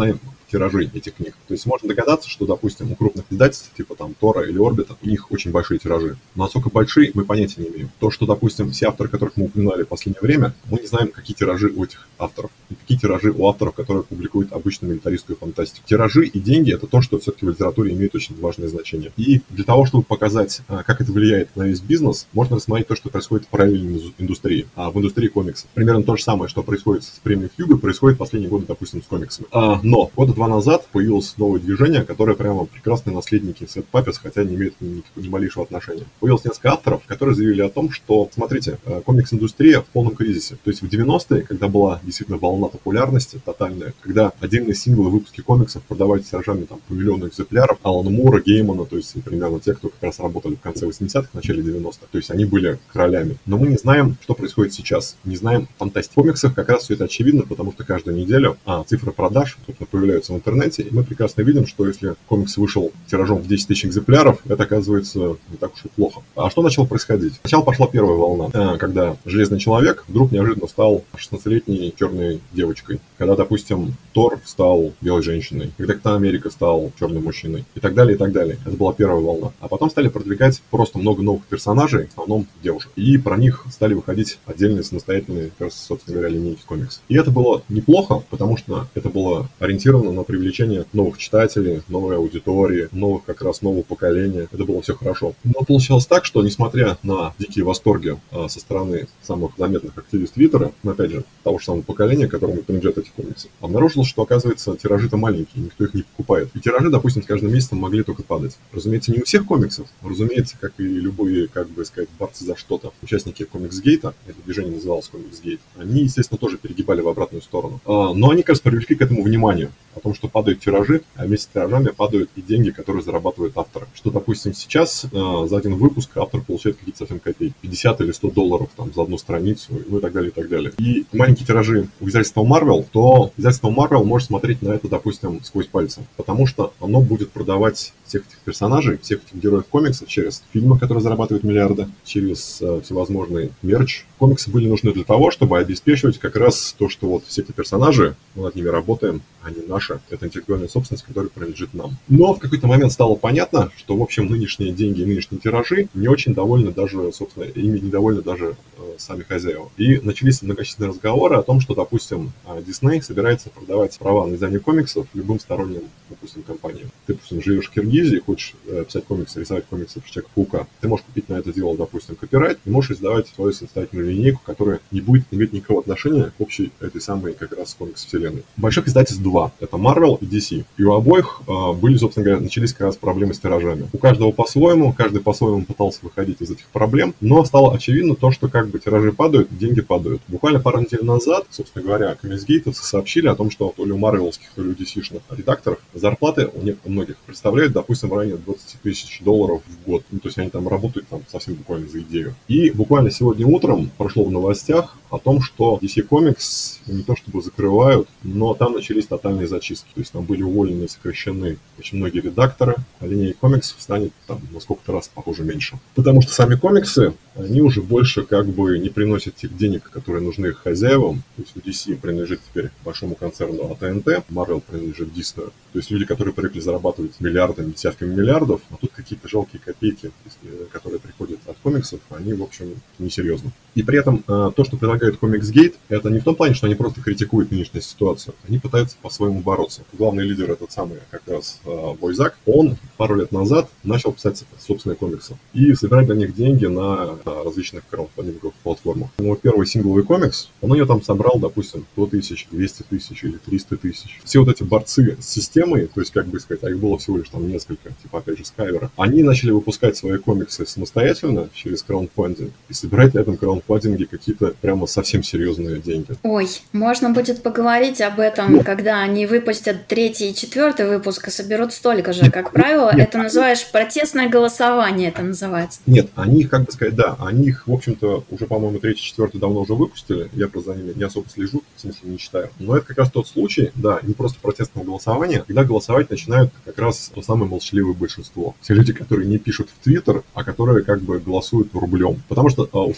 тиражей этих книг. То есть можно догадаться, что, допустим, у крупных издательств, типа там Тора или Орбита, у них очень большие тиражи. Но насколько большие, мы понятия не имеем. То, что, допустим, все авторы, которых мы упоминали в последнее время, мы не знаем, какие тиражи у этих авторов, и какие тиражи у авторов, которые публикуют обычную милитаристскую фантастику. Тиражи и деньги — это то, что все-таки в литературе имеет очень важное значение. И для того, чтобы показать, как это влияет на весь бизнес, можно рассмотреть то, что происходит в параллельной индустрии, а в индустрии комиксов. Примерно то же самое, что происходит с премией Хьюго, происходит в последние годы, допустим, с комиксами. А, но года два назад появилось новое движение, которое прямо прекрасные наследники Сет Паппис, хотя не имеют ни, ни малейшего отношения. Появилось несколько авторов, которые заявили о том, что, смотрите, комикс-индустрия в полном кризисе. То есть в девяностые, когда была действительно волна популярности тотальная, когда отдельные синглы выпуски комиксов продавались тиражами там, по миллиону экземпляров, Алана Мура, Геймана, то есть примерно те, кто как раз работали в конце восьмидесятых, в начале девяностых, то есть они были королями. Но мы не знаем, что происходит сейчас, не знаем фантастики. В комиксах как раз все это очевидно, потому что каждую неделю а, цифры продаж, собственно, появляются в интернете, и мы прекрасно видим, что если комикс вышел тиражом в десять тысяч экземпляров, это оказывается не так уж и плохо. А что начало происходить? Сначала пошла первая волна, когда Железный Человек вдруг неожиданно стал шестнадцатилетней черной девочкой, когда, допустим, Тор стал белой женщиной, когда Капитан Америка стал черным мужчиной, и так далее, и так далее. Это была первая волна. А потом стали продвигать просто много новых персонажей, в основном девушек, и про них стали выходить отдельные самостоятельные, как раз, собственно говоря, линейки комиксов. И это было неплохо, потому что это было ориентировано на привлечение новых читателей, новой аудитории, новых как раз нового поколения. Это было все хорошо. Но получилось так, что несмотря на дикие восторги а, со стороны самых заметных активистов Твиттера, но опять же, того же самого поколения, которому принадлежат эти комиксы, обнаружилось, что, оказывается, тиражи-то маленькие, никто их не покупает. И тиражи, допустим, с каждым месяцем могли только падать. Разумеется, не у всех комиксов, разумеется, как и любые, как бы сказать, борцы за что-то, участники комикс-гейта, это движение называлось комикс-гейт, они, естественно, тоже перегибали в обратную сторону. А, но они, кажется, привлекли к этому внимание, о том, что падают тиражи, а вместе с тиражами падают и деньги, которые зарабатывают авторы. Что, допустим, сейчас а, за один выпуск автор получает какие-то совсем копейки, пятьдесят или сто долларов там, за одну страницу, ну и так далее, и так далее. И маленькие тиражи у издательства Marvel, то издательство Marvel может смотреть на это, допустим, сквозь пальцы, потому что оно будет продавать всех этих персонажей, всех этих героев комиксов через фильмы, которые зарабатывают миллиарды, через э, всевозможные мерч. Комиксы были нужны для того, чтобы обеспечивать как раз то, что вот все эти персонажи, мы над ними работаем, они наши, это интеллектуальная собственность, которая принадлежит нам. Но в какой-то момент стало понятно, что, в общем, нынешние деньги и нынешние тиражи не очень довольны даже, собственно, ими недовольны даже э, сами хозяева. И начались многочисленные разговоры о том, что, допустим, Disney собирается продавать права на издание комиксов любым сторонним, допустим, компаниям. Ты, допустим, живешь в Киргизии, хочешь э, писать комиксы, рисовать комиксы про Человека-паука, ты можешь купить на это дело, допустим, копирайт, и можешь издавать свою самостоятельную линейку, которая не будет иметь никакого отношения к общей этой самой как раз комикс-вселенной. Больших издательств два. Это Marvel и ди си. И у обоих э, были, собственно говоря, начались как раз проблемы с тиражами. У каждого по-своему, каждый по-своему пытался выходить из этих проблем, но стало очевидно то, что как бы тиражи падают, деньги падают. Буквально пару недель назад, собственно говоря, комикс-гейтовцы сообщили о том, что то ли у марвеловских, то ли у ди си-шных редакторов зарплаты у них у многих представляют, допустим, в районе двадцать тысяч долларов в год. Ну, то есть они там работают там совсем буквально за идею. И буквально сегодня утром прошло в новостях о том, что ди си Comics не то чтобы закрывают, но там начались тотальные зачистки. То есть там были уволены и сокращены очень многие редакторы, а линия комиксов станет там на сколько-то раз, похоже, меньше. Потому что сами комиксы, они уже больше как бы не приносят тех денег, которые нужны их хозяевам. То есть у ди си принадлежит теперь большому концерну эй ти энд ти, Marvel принадлежит Disney. То есть люди, которые привыкли зарабатывать миллиардами, десятками миллиардов, а тут какие-то жалкие копейки, которые приходят от комиксов, они, в общем, несерьезны. И при этом то, что предлагает Comics-Gate, это не в том плане, что они просто критикуют нынешнюю ситуацию. Они пытаются по-своему бороться. Главный лидер, этот самый как раз Бойзак, он пару лет назад начал писать собственные комиксы и собирать для них деньги на различных краудфандинговых платформах. Его первый сингловый комикс, он у него там собрал, допустим, сто тысяч, двести тысяч или триста тысяч. Все вот эти борцы с системой, то есть, как бы сказать, а их было всего лишь там несколько, типа, опять же, Скайвера, они начали выпускать свои комиксы самостоятельно через краудфандинг и собирать на этом краудфандинге какие-то прямо совсем серьезные деньги. Ой, можно будет поговорить об этом, ну, когда они выпустят третий и четвертый выпуск и соберут столько же. Как правило, нет, это называешь протестное голосование, это называется. Нет, они их, как бы сказать, да, они их, в общем-то, уже, по-моему, третий, четвертый давно уже выпустили. Я просто за ними не особо слежу, в смысле не читаю. Но это как раз тот случай, да, не просто протестного голосования, когда голосовать начинают как раз то самое молчаливое большинство. Все люди, которые не пишут в Твиттер, а которые как бы голосуют рублем. Потому что а, у самого этого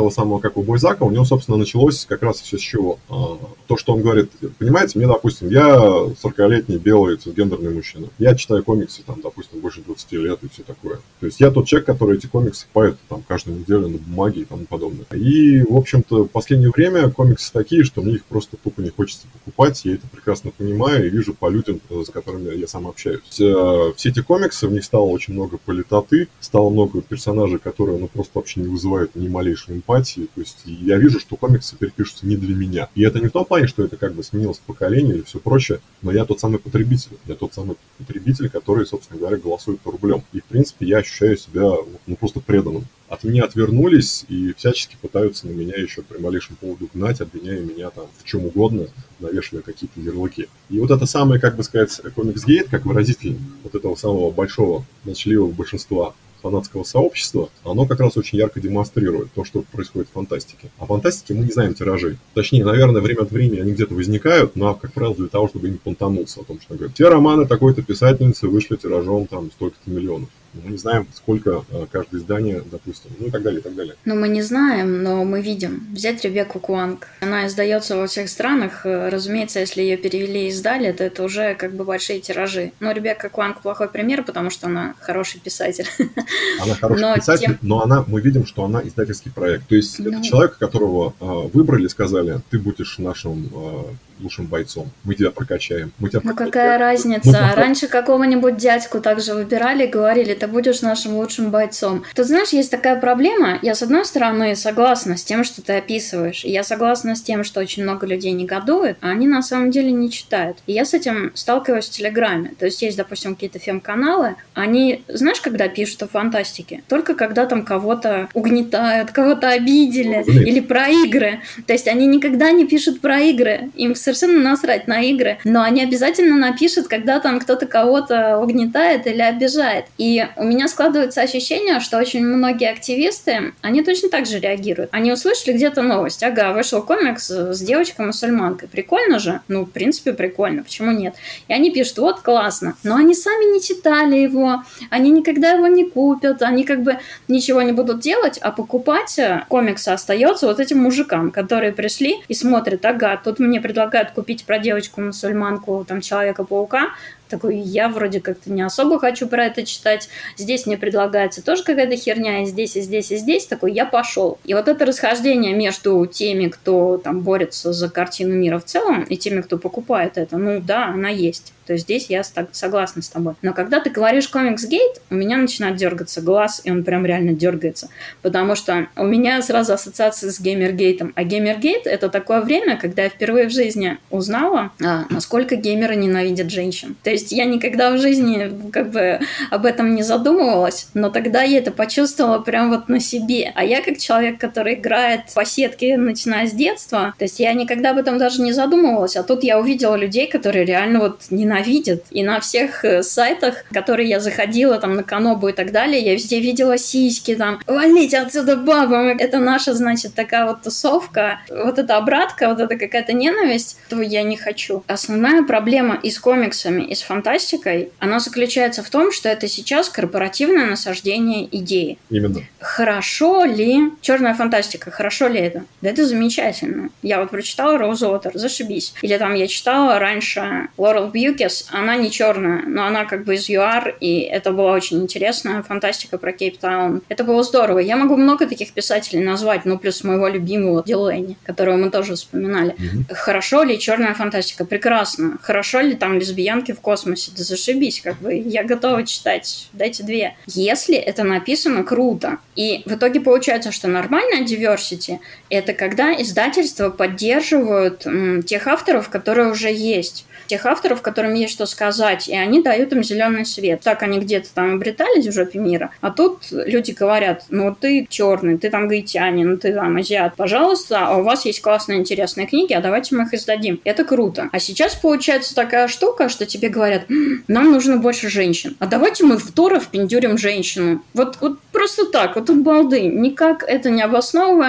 этого самого, как у Бойзака, у него, собственно, началось как раз все с чего. То, что он говорит, понимаете, мне, допустим, я сорокалетний белый цисгендерный мужчина. Я читаю комиксы, там, допустим, больше двадцати лет и все такое. То есть я тот человек, который эти комиксы пает там каждую неделю на бумаге и тому подобное. И, в общем-то, в последнее время комиксы такие, что мне их просто тупо не хочется покупать. Я это прекрасно понимаю и вижу по людям, с которыми я сам общаюсь. Все эти комиксы, в них стало очень много политоты, стало много персонажей, которые, ну, просто вообще не вызывают ни малейшей эмпатии. То есть я вижу, что комиксы теперь пишутся не для меня. И это не в том плане, что это как бы сменилось поколение или все прочее, но я тот самый потребитель. Я тот самый потребитель, который, собственно говоря, голосует по рублям. И, в принципе, я ощущаю себя, ну, просто преданным. От меня отвернулись и всячески пытаются на меня еще при малейшем поводу гнать, обвиняя меня там в чем угодно, навешивая какие-то ярлыки. И вот это самое, как бы сказать, комикс-гейт, как выразитель вот этого самого большого, молчаливого большинства фанатского сообщества, оно как раз очень ярко демонстрирует то, что происходит в фантастике. А в фантастике мы не знаем тиражей. Точнее, наверное, время от времени они где-то возникают, но, как правило, для того, чтобы им понтануться о том, что говорят, те романы такой-то писательницы вышли тиражом там столько-то миллионов. Мы не знаем, сколько э, каждое издание, допустим, ну и так далее, и так далее. Ну, мы не знаем, но мы видим. Взять Ребекку Куанг. Она издается во всех странах. Разумеется, если ее перевели и издали, то это уже как бы большие тиражи. Но Ребекка Куанг плохой пример, потому что она хороший писатель. Она хороший но писатель, тем... но она, мы видим, что она издательский проект. То есть ну... это человек, которого э, выбрали, сказали, ты будешь нашим... Э, лучшим бойцом. Мы тебя прокачаем. Мы тебя ну прокачаем. Какая разница? Мы... Раньше какого-нибудь дядьку также выбирали и говорили, ты будешь нашим лучшим бойцом. Тут, знаешь, есть такая проблема. Я, с одной стороны, согласна с тем, что ты описываешь. И я согласна с тем, что очень много людей негодует, а они на самом деле не читают. И я с этим сталкиваюсь в Телеграме. То есть есть, допустим, какие-то фем-каналы. Они, знаешь, когда пишут о фантастике? Только когда там кого-то угнетают, кого-то обидели. Ну, или про игры. То есть они никогда не пишут про игры. Им совершенно насрать на игры, но они обязательно напишут, когда там кто-то кого-то угнетает или обижает. И у меня складывается ощущение, что очень многие активисты, они точно так же реагируют. Они услышали где-то новость. Ага, вышел комикс с девочкой-мусульманкой. Прикольно же? Ну, в принципе, прикольно. Почему нет? И они пишут, вот, классно. Но они сами не читали его, они никогда его не купят, они как бы ничего не будут делать, а покупать комиксы остается вот этим мужикам, которые пришли и смотрят, ага, тут мне предлагают купить про девочку-мусульманку, там, Человека-паука, такой, я вроде как-то не особо хочу про это читать, здесь мне предлагается тоже какая-то херня, и здесь, и здесь, и здесь, такой, я пошел. И вот это расхождение между теми, кто там борется за картину мира в целом, и теми, кто покупает это, ну да, она есть. То есть здесь я согласна с тобой. Но когда ты говоришь комикс-гейт, у меня начинает дергаться глаз, и он прям реально дергается. Потому что у меня сразу ассоциация с геймергейтом. А геймергейт — это такое время, когда я впервые в жизни узнала, а, насколько геймеры ненавидят женщин. То есть я никогда в жизни как бы об этом не задумывалась, но тогда я это почувствовала прям вот на себе. А я как человек, который играет по сетке, начиная с детства, то есть я никогда об этом даже не задумывалась. А тут я увидела людей, которые реально вот ненавидят ненавидят. И на всех сайтах, в которые я заходила, там, на Канобу и так далее, я везде видела сиськи, там, валите отсюда бабу. Это наша, значит, такая вот тусовка. Вот эта обратка, вот эта какая-то ненависть, этого я не хочу. Основная проблема и с комиксами, и с фантастикой, она заключается в том, что это сейчас корпоративное насаждение идеи. Именно. Хорошо ли черная фантастика? Хорошо ли это? Да это замечательно. Я вот прочитала Роуз Уотер, зашибись. Или там я читала раньше Лорел Бьюкис, она не черная, но она как бы из ЮАР, и это была очень интересная фантастика про Кейптаун. Это было здорово. Я могу много таких писателей назвать, ну, плюс моего любимого Дилейни, которого мы тоже вспоминали. Mm-hmm. Хорошо ли черная фантастика? Прекрасно. Хорошо ли там лесбиянки в космосе? Да зашибись, как бы. Я готова читать. Дайте две. Если это написано круто. И в итоге получается, что нормальная diversity — это когда издательства поддерживают м, тех авторов, которые уже есть. Тех авторов, которым есть что сказать, и они дают им зеленый свет. Так они где-то там обретались в жопе мира, а тут люди говорят, ну ты черный, ты там гаитянин, ты там азиат, пожалуйста, а у вас есть классные интересные книги, а давайте мы их издадим. Это круто. А сейчас получается такая штука, что тебе говорят, нам нужно больше женщин, а давайте мы в Тора впендюрим женщину. Вот, вот просто так, вот тут балды, никак это не обосновывая,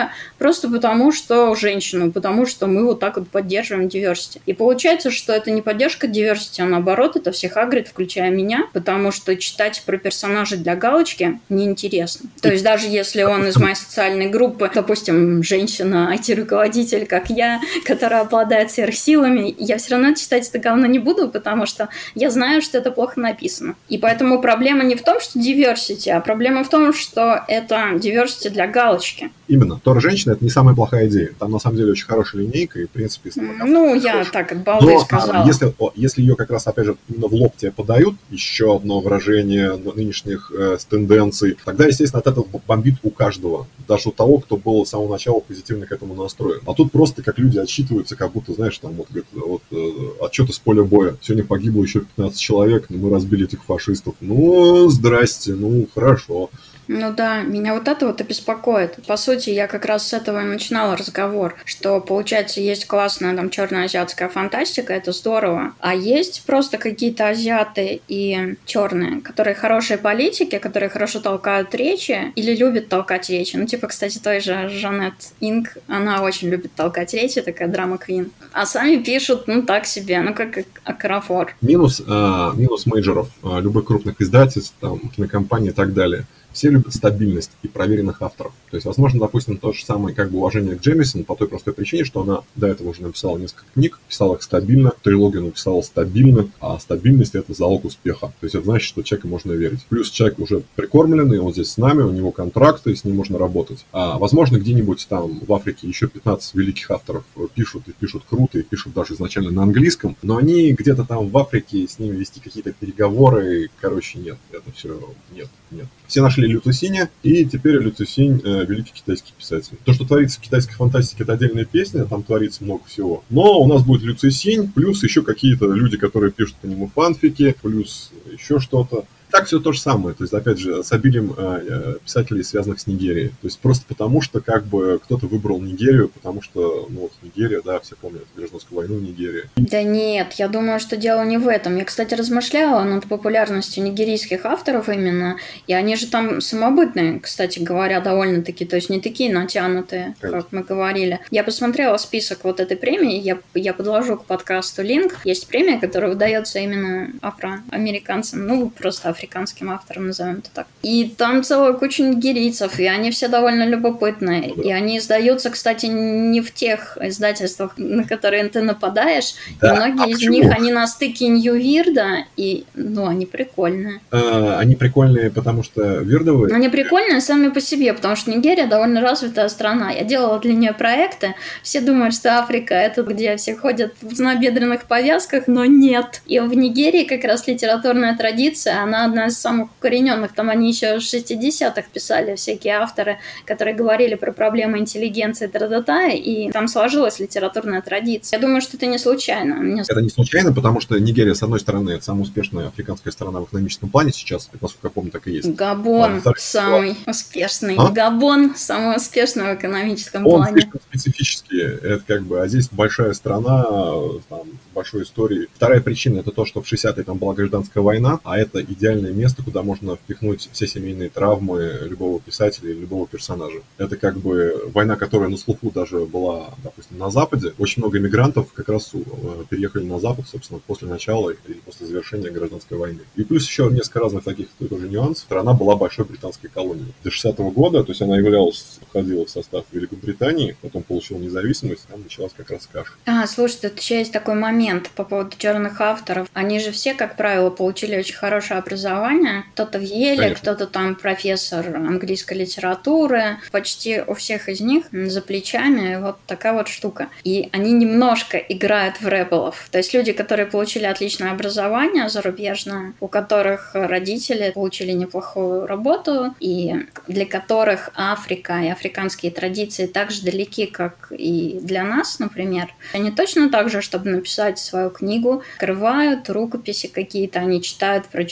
просто потому, что женщину, потому что мы вот так вот поддерживаем diversity. И получается, что это не поддержка diversity, а наоборот, это всех агрит, включая меня, потому что читать про персонажей для галочки неинтересно. То есть даже если он из моей социальной группы, допустим, женщина, ай ти-руководитель, как я, которая обладает сверхсилами, я все равно читать это говно не буду, потому что я знаю, что это плохо написано. И поэтому проблема не в том, что diversity, а проблема в том, что это diversity для галочки. Именно. Тора женщина — это не самая плохая идея. Там, на самом деле, очень хорошая линейка, и, в принципе... Ну, я хорошая. Так, от балды Но, сказала. А, если, если ее как раз, опять же, именно в лоб тебе подают, еще одно выражение нынешних э, тенденций, тогда, естественно, от этого бомбит у каждого. Даже у того, кто был с самого начала позитивно к этому настроен. А тут просто как люди отчитываются, как будто, знаешь, там, вот, вот э, отчеты с поля боя. Сегодня погибло еще пятнадцать человек, но мы разбили этих фашистов. Ну, здрасте, ну, хорошо. Ну да, меня вот это вот и беспокоит. По сути, я как раз с этого и начинала разговор, что, получается, есть классная там черная азиатская фантастика, это здорово, а есть просто какие-то азиаты и черные, которые хорошие политики, которые хорошо толкают речи или любят толкать речи. Ну, типа, кстати, той же Жанет Инг, она очень любит толкать речи, такая драма-квин. А сами пишут, ну, так себе, ну, как Акарафор. Минус, э, минус мейджоров, э, любых крупных издательств, там, кинокомпаний и так далее. Все любят стабильность и проверенных авторов. То есть, возможно, допустим, то же самое как бы уважение к Джемисон по той простой причине, что она до этого уже написала несколько книг, писала их стабильно, трилогию написала стабильно, а стабильность — это залог успеха. То есть это значит, что человеку можно верить. Плюс человек уже прикормленный, он здесь с нами, у него контракты, с ним можно работать. А, возможно, где-нибудь там в Африке еще пятнадцать великих авторов пишут и пишут круто, и пишут даже изначально на английском, но они где-то там в Африке, с ними вести какие-то переговоры, короче, нет, это все нет, нет. Все нашли Лю Цисиня, и теперь Лю Цисинь э, великий китайский писатель. То, что творится в китайской фантастике, это отдельная песня, там творится много всего. Но у нас будет Лю Цисинь, плюс еще какие-то люди, которые пишут по нему фанфики, плюс еще что-то. Так все то же самое, то есть, опять же, с обилием э, писателей, связанных с Нигерией. То есть просто потому, что как бы кто-то выбрал Нигерию, потому что, ну вот, Нигерия, да, все помнят гражданскую войну в Нигерии. Да нет, я думаю, что дело не в этом. Я, кстати, размышляла над популярностью нигерийских авторов именно, и они же там самобытные, кстати говоря, довольно-таки, то есть не такие натянутые, Конечно. Как мы говорили. Я посмотрела список вот этой премии, я, я подложу к подкасту линк. Есть премия, которая выдается именно афроамериканцам, ну, просто африканцам. Африканским автором, назовем это так. И там целая куча нигерийцев, и они все довольно любопытные. Ну, да. И они издаются, кстати, не в тех издательствах, на которые ты нападаешь. Да. И многие а из почему? них, они на стыке Нью-Вирда, и, ну, они прикольные. А, они прикольные, потому что вирдовые? Они прикольные сами по себе, потому что Нигерия довольно развитая страна. Я делала для нее проекты. Все думают, что Африка — это где все ходят в набедренных повязках, но нет. И в Нигерии как раз литературная традиция, она одна из самых укорененных. Там они еще в шестидесятых писали всякие авторы, которые говорили про проблемы интеллигенции, тра-та-та, и там сложилась литературная традиция. Я думаю, что это не случайно. Мне... Это не случайно, потому что Нигерия, с одной стороны, это самая успешная африканская страна в экономическом плане сейчас, это, насколько я помню, так и есть. Габон а, самый а? успешный. А? Габон самый успешный в экономическом Он плане. Он слишком специфический, это как бы, а здесь большая страна, там, большой истории. Вторая причина — это то, что в шестидесятые там была гражданская война, а это идеальное место, куда можно впихнуть все семейные травмы любого писателя или любого персонажа. Это как бы война, которая на слуху даже была, допустим, на Западе. Очень много иммигрантов как раз переехали на Запад, собственно, после начала или после завершения гражданской войны. И плюс еще несколько разных таких тоже нюансов. Страна была большой британской колонией. До шестидесятого года, то есть она являлась, входила в состав Великобритании, потом получила независимость, там началась как раз каша. А, слушай, тут еще есть такой момент по поводу черных авторов. Они же все, как правило, получили очень хорошее образование. Кто-то в Еле, Конечно. кто-то там профессор английской литературы. Почти у всех из них за плечами вот такая вот штука. И они немножко играют в ребелов. То есть люди, которые получили отличное образование зарубежное, у которых родители получили неплохую работу, и для которых Африка и африканские традиции так же далеки, как и для нас, например. Они точно так же, чтобы написать свою книгу, открывают рукописи какие-то, они читают про чужую магию,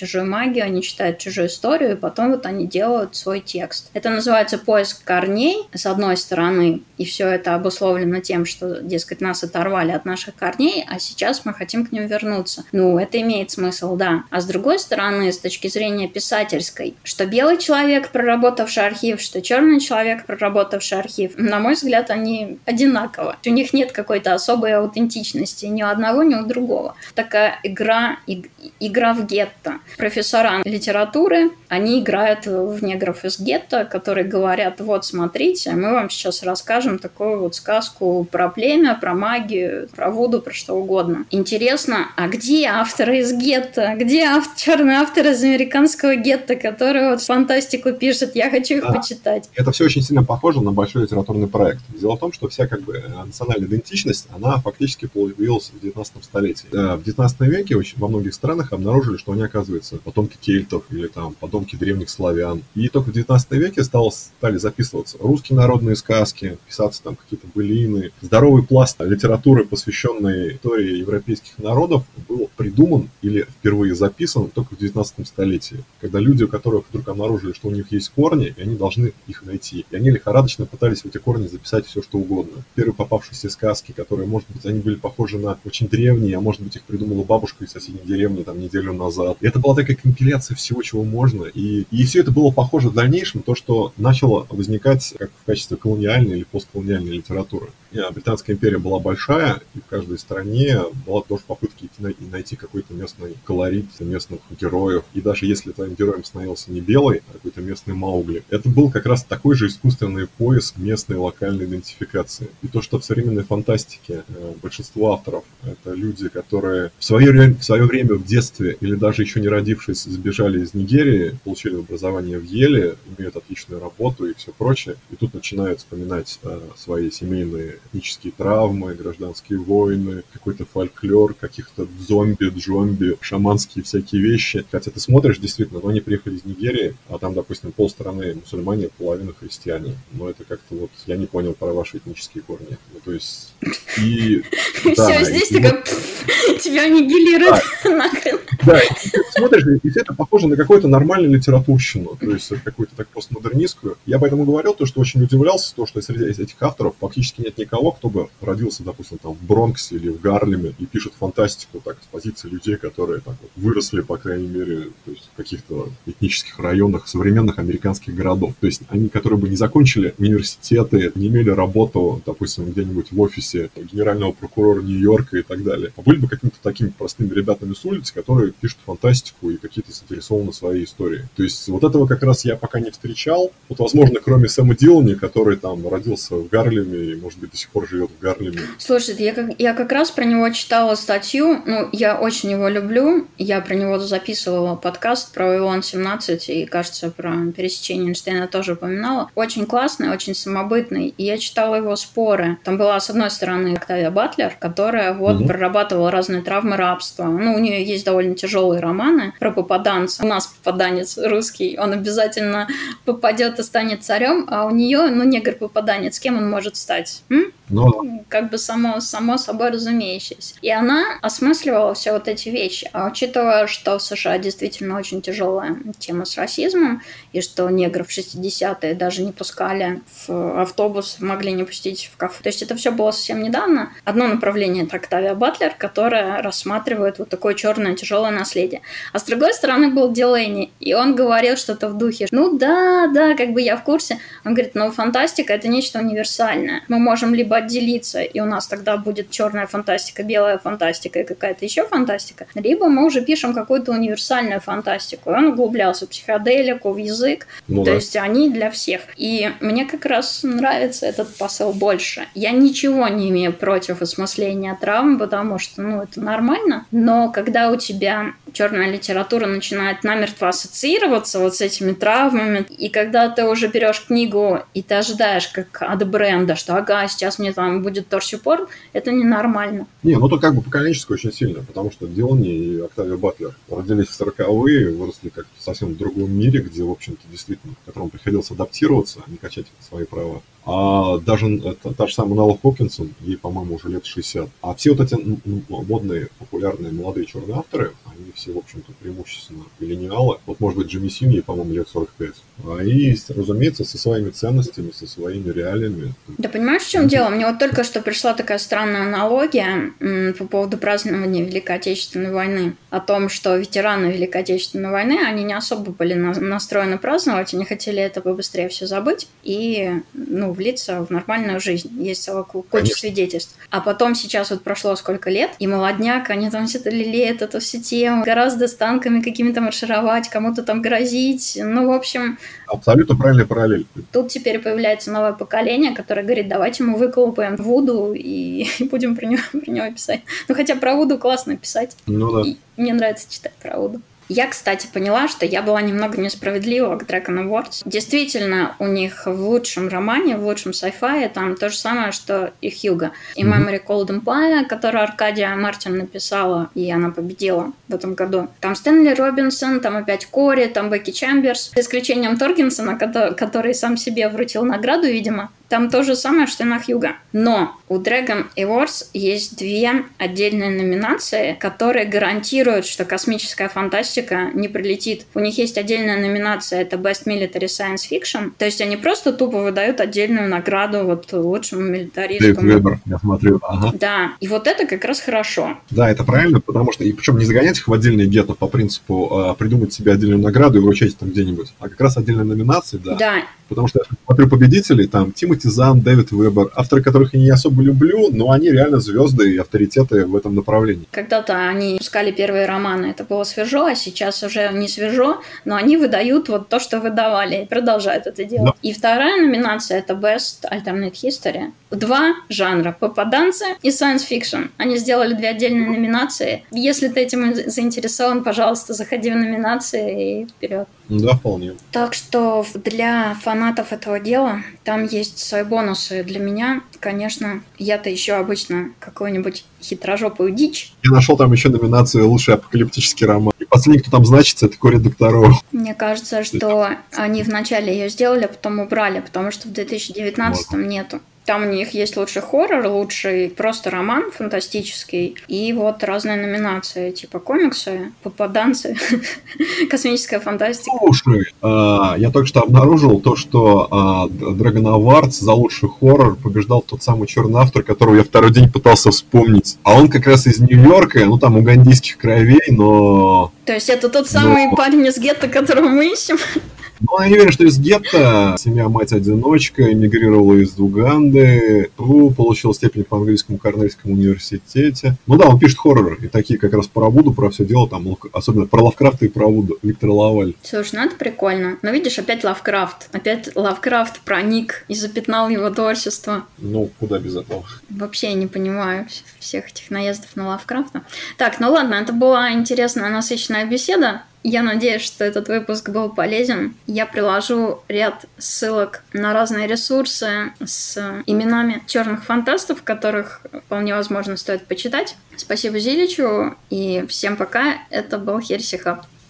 магию, они читают чужую историю, и потом вот они делают свой текст. Это называется поиск корней, с одной стороны, и все это обусловлено тем, что, дескать, нас оторвали от наших корней, а сейчас мы хотим к ним вернуться. Ну, это имеет смысл, да. А с другой стороны, с точки зрения писательской, что белый человек, проработавший архив, что черный человек, проработавший архив, на мой взгляд, они одинаково. У них нет какой-то особой аутентичности ни у одного, ни у другого. Такая игра, иг, игра в гетто. Профессора литературы, они играют в негров из гетто, которые говорят: вот, смотрите, мы вам сейчас расскажем такую вот сказку про племя, про магию, про вуду, про что угодно. Интересно, а где авторы из гетто? Где автор, черный автор из американского гетто, который вот фантастику пишет? Я хочу их да. почитать. Это все очень сильно похоже на большой литературный проект. Дело в том, что вся как бы национальная идентичность, она фактически появилась в девятнадцатом столетии. В девятнадцатом веке очень во многих странах обнаружили, что они, оказывается, потомки кельтов или там потомки древних славян. И только в девятнадцатом веке стало, стали записываться русские народные сказки, писаться там какие-то былины. Здоровый пласт литературы, посвященной истории европейских народов, был придуман или впервые записан только в девятнадцатом столетии, когда люди, у которых вдруг обнаружили, что у них есть корни, и они должны их найти. И они лихорадочно пытались в эти корни записать все, что угодно. Первые попавшиеся сказки, которые, может быть, они были похожи на очень древние, а может быть, их придумала бабушка из соседней деревни там неделю назад. И это была такая компиляция всего, чего можно. И, и все это было похоже в дальнейшем на то, что начало возникать как в качестве колониальной или постколониальной литературы. Британская империя была большая, и в каждой стране была тоже попытка найти какой-то местный колорит, местных героев. И даже если твоим героем становился не белый, а какой-то местный Маугли, это был как раз такой же искусственный поиск местной локальной идентификации. И то, что в современной фантастике большинство авторов — это люди, которые в свое, в свое время в детстве или даже еще не родившись сбежали из Нигерии, получили образование в Йеле, имеют отличную работу и все прочее, и тут начинают вспоминать э, свои семейные этнические травмы, гражданские войны, какой-то фольклор, каких-то зомби, джомби, шаманские всякие вещи. Хотя ты смотришь, действительно, но они приехали из Нигерии, а там, допустим, полстраны мусульмане, половина христиане. Но это как-то вот, я не понял про ваши этнические корни. Ну, то есть, и... Все, здесь такая, тебя аннигилируют нахрен. Да, и ты смотришь, и все это похоже на какую-то нормальную литературщину, то есть какую-то так постмодернистскую. Я поэтому говорил то, что очень удивлялся, то, что среди этих авторов фактически нет никого, кто бы родился, допустим, там в Бронксе или в Гарлеме и пишет фантастику так с позиции людей, которые так вот выросли, по крайней мере, то есть в каких-то этнических районах современных американских городов. То есть они, которые бы не закончили университеты, не имели работу, допустим, где-нибудь в офисе генерального прокурора Нью-Йорка и так далее, а были бы какими-то такими простыми ребятами с улицы, которые пишут фантастику и какие-то заинтересованы своей историей. То есть вот этого как раз я пока не встречал. Вот, возможно, кроме Сэма Дилани, который там родился в Гарлеме и, может быть, до сих пор живет в Гарлеме. Слушай, я как, я как раз про него читала статью, ну, я очень его люблю, я про него записывала подкаст про Вавилон семнадцать и, кажется, про пересечение Эйнштейна тоже упоминала. Очень классный, очень самобытный, и я читала его споры. Там была, с одной стороны, Октавия Батлер, которая вот угу. прорабатывала разные травмы рабства. Ну, у нее есть довольно тяжелые романы про попаданца. У нас попаданец русский, он обязательно попадет и станет царем, а у нее, ну, негр-попаданец, кем он может стать? М? Но... Как бы само, само собой разумеющееся. И она осмысливала все вот эти вещи. А учитывая, что в США действительно очень тяжелая тема с расизмом, и что негров в шестидесятые даже не пускали в автобус, могли не пустить в кафе. То есть это все было совсем недавно. Одно направление — это Октавия Батлер, которая рассматривает вот такое черное тяжелое наследие. А с другой стороны был Дилани, и он говорил что-то в духе: ну да, да, как бы я в курсе. Он говорит: ну фантастика — это нечто универсальное. Мы можем либо отделиться, и у нас тогда будет черная фантастика, белая фантастика и какая-то еще фантастика, либо мы уже пишем какую-то универсальную фантастику. И он углублялся в психоделику, в язык, ну, то да. есть они для всех. И мне как раз нравится этот посыл больше. Я ничего не имею против осмысления травм, потому что, ну, это нормально, но когда у тебя черная литература начинает намертво ассоциироваться вот с этими травмами, и когда ты уже берешь книгу, и ты ожидаешь как от бренда, что ага, сейчас мне там будет торсюпорт, это ненормально. Не, ну то как бы поколенчески очень сильно, потому что Дилани и Октавия Батлер родились в сороковые, выросли как в совсем другом мире, где, в общем-то, действительно, в котором приходилось адаптироваться, а не качать свои права. А даже это, та же самая Нелла Хокинсон, ей, по-моему, уже лет шестьдесят. А все вот эти модные, популярные молодые черные авторы, они все, в общем-то, преимущественно линеалы. Вот, может быть, Джимми Син, ей, по-моему, лет сорок пять. А и, разумеется, со своими ценностями, со своими реалиями. Да понимаешь, в чем дело? Мне вот только что пришла такая странная аналогия м, по поводу празднования Великой Отечественной войны. О том, что ветераны Великой Отечественной войны, они не особо были на- настроены праздновать, они хотели это побыстрее все забыть и, ну, влиться в нормальную жизнь. Есть целая ку- куча Конечно. свидетельств. А потом сейчас вот прошло сколько лет, и молодняк, они там все это лелеют, эту всю тему, гораздо с танками какими-то маршировать, кому-то там грозить. Ну, в общем, Абсолютно правильная параллель. тут теперь появляется новое поколение, которое говорит, давайте мы выколупаем Вуду и будем про него, про него писать. Ну, хотя про Вуду классно писать. Ну да. И мне нравится читать про Вуду. Я, кстати, поняла, что я была немного несправедлива к Dragon Awards. Действительно, у них в лучшем романе, в лучшем sci-fi там то же самое, что и Хьюго. И Memory Cold Empire, которую Аркадия Мартин написала, и она победила в этом году. Там Стэнли Робинсон, там опять Кори, там Бекки Чемберс. За исключением Торгенсона, который, который сам себе вручил награду, видимо. Там то же самое, что и на Хьюго. Но у Dragon Awards есть две отдельные номинации, которые гарантируют, что космическая фантастика не прилетит. У них есть отдельная номинация, это Best Military Science Fiction. То есть они просто тупо выдают отдельную награду вот лучшему милитаристскому. Дэйв Вебер, я смотрю. Ага. Да, и вот это как раз хорошо. Да, это правильно, потому что, и причем не загонять их в отдельные гетто по принципу а, придумать себе отдельную награду и вручать там где-нибудь, а как раз отдельные номинации, да. Да. Потому что я смотрю победителей, там Тимоти Зан, Дэвид Вебер, авторы, которых я не особо люблю, но они реально звезды и авторитеты в этом направлении. Когда-то они пускали первые романы, это было свежо, а сейчас уже не свежо, но они выдают вот то, что выдавали, и продолжают это делать. Да. И вторая номинация — это Best Alternate History. Два жанра — попаданцы и science fiction. Они сделали две отдельные номинации. Если ты этим заинтересован, пожалуйста, заходи в номинации и вперед. Да, вполне. Так что для фанатов этого дела там есть свои бонусы. Для меня, конечно, я-то еще обычно какую-нибудь хитрожопую дичь. Я нашел там еще номинацию «Лучший апокалиптический роман». И последний, кто там значится, это Кори Докторова. Мне кажется, что они вначале ее сделали, а потом убрали, потому что в две тысячи девятнадцатом вот. Нету. Там у них есть лучший хоррор, лучший просто роман фантастический, и вот разные номинации, типа комиксы, попаданцы, космическая фантастика. Слушай, а, я только что обнаружил то, что а, Dragon Awards за лучший хоррор побеждал тот самый черный автор, которого я второй день пытался вспомнить. А он как раз из Нью-Йорка, ну там угандийских кровей, но... То есть это тот самый но... парень из гетто, которого мы ищем? Ну, я не уверен, что из гетто. Семья мать-одиночка, эмигрировала из Уганды, получил степень по английскому Корнельскому университете. Ну да, он пишет хорроры, и такие как раз про Вуду, про все дело, там, особенно про Лавкрафта и про Вуду, Виктор Лаваль. Слушай, ну это прикольно. Но видишь, опять Лавкрафт. Опять Лавкрафт проник и запятнал его творчество. Ну, куда без этого? Вообще я не понимаю всех этих наездов на Лавкрафта. Так, ну ладно, это была интересная, насыщенная беседа. Я надеюсь, что этот выпуск был полезен. Я приложу ряд ссылок на разные ресурсы с именами черных фантастов, которых вполне возможно стоит почитать. Спасибо Зиличу и всем пока. Это был Херси Хаб.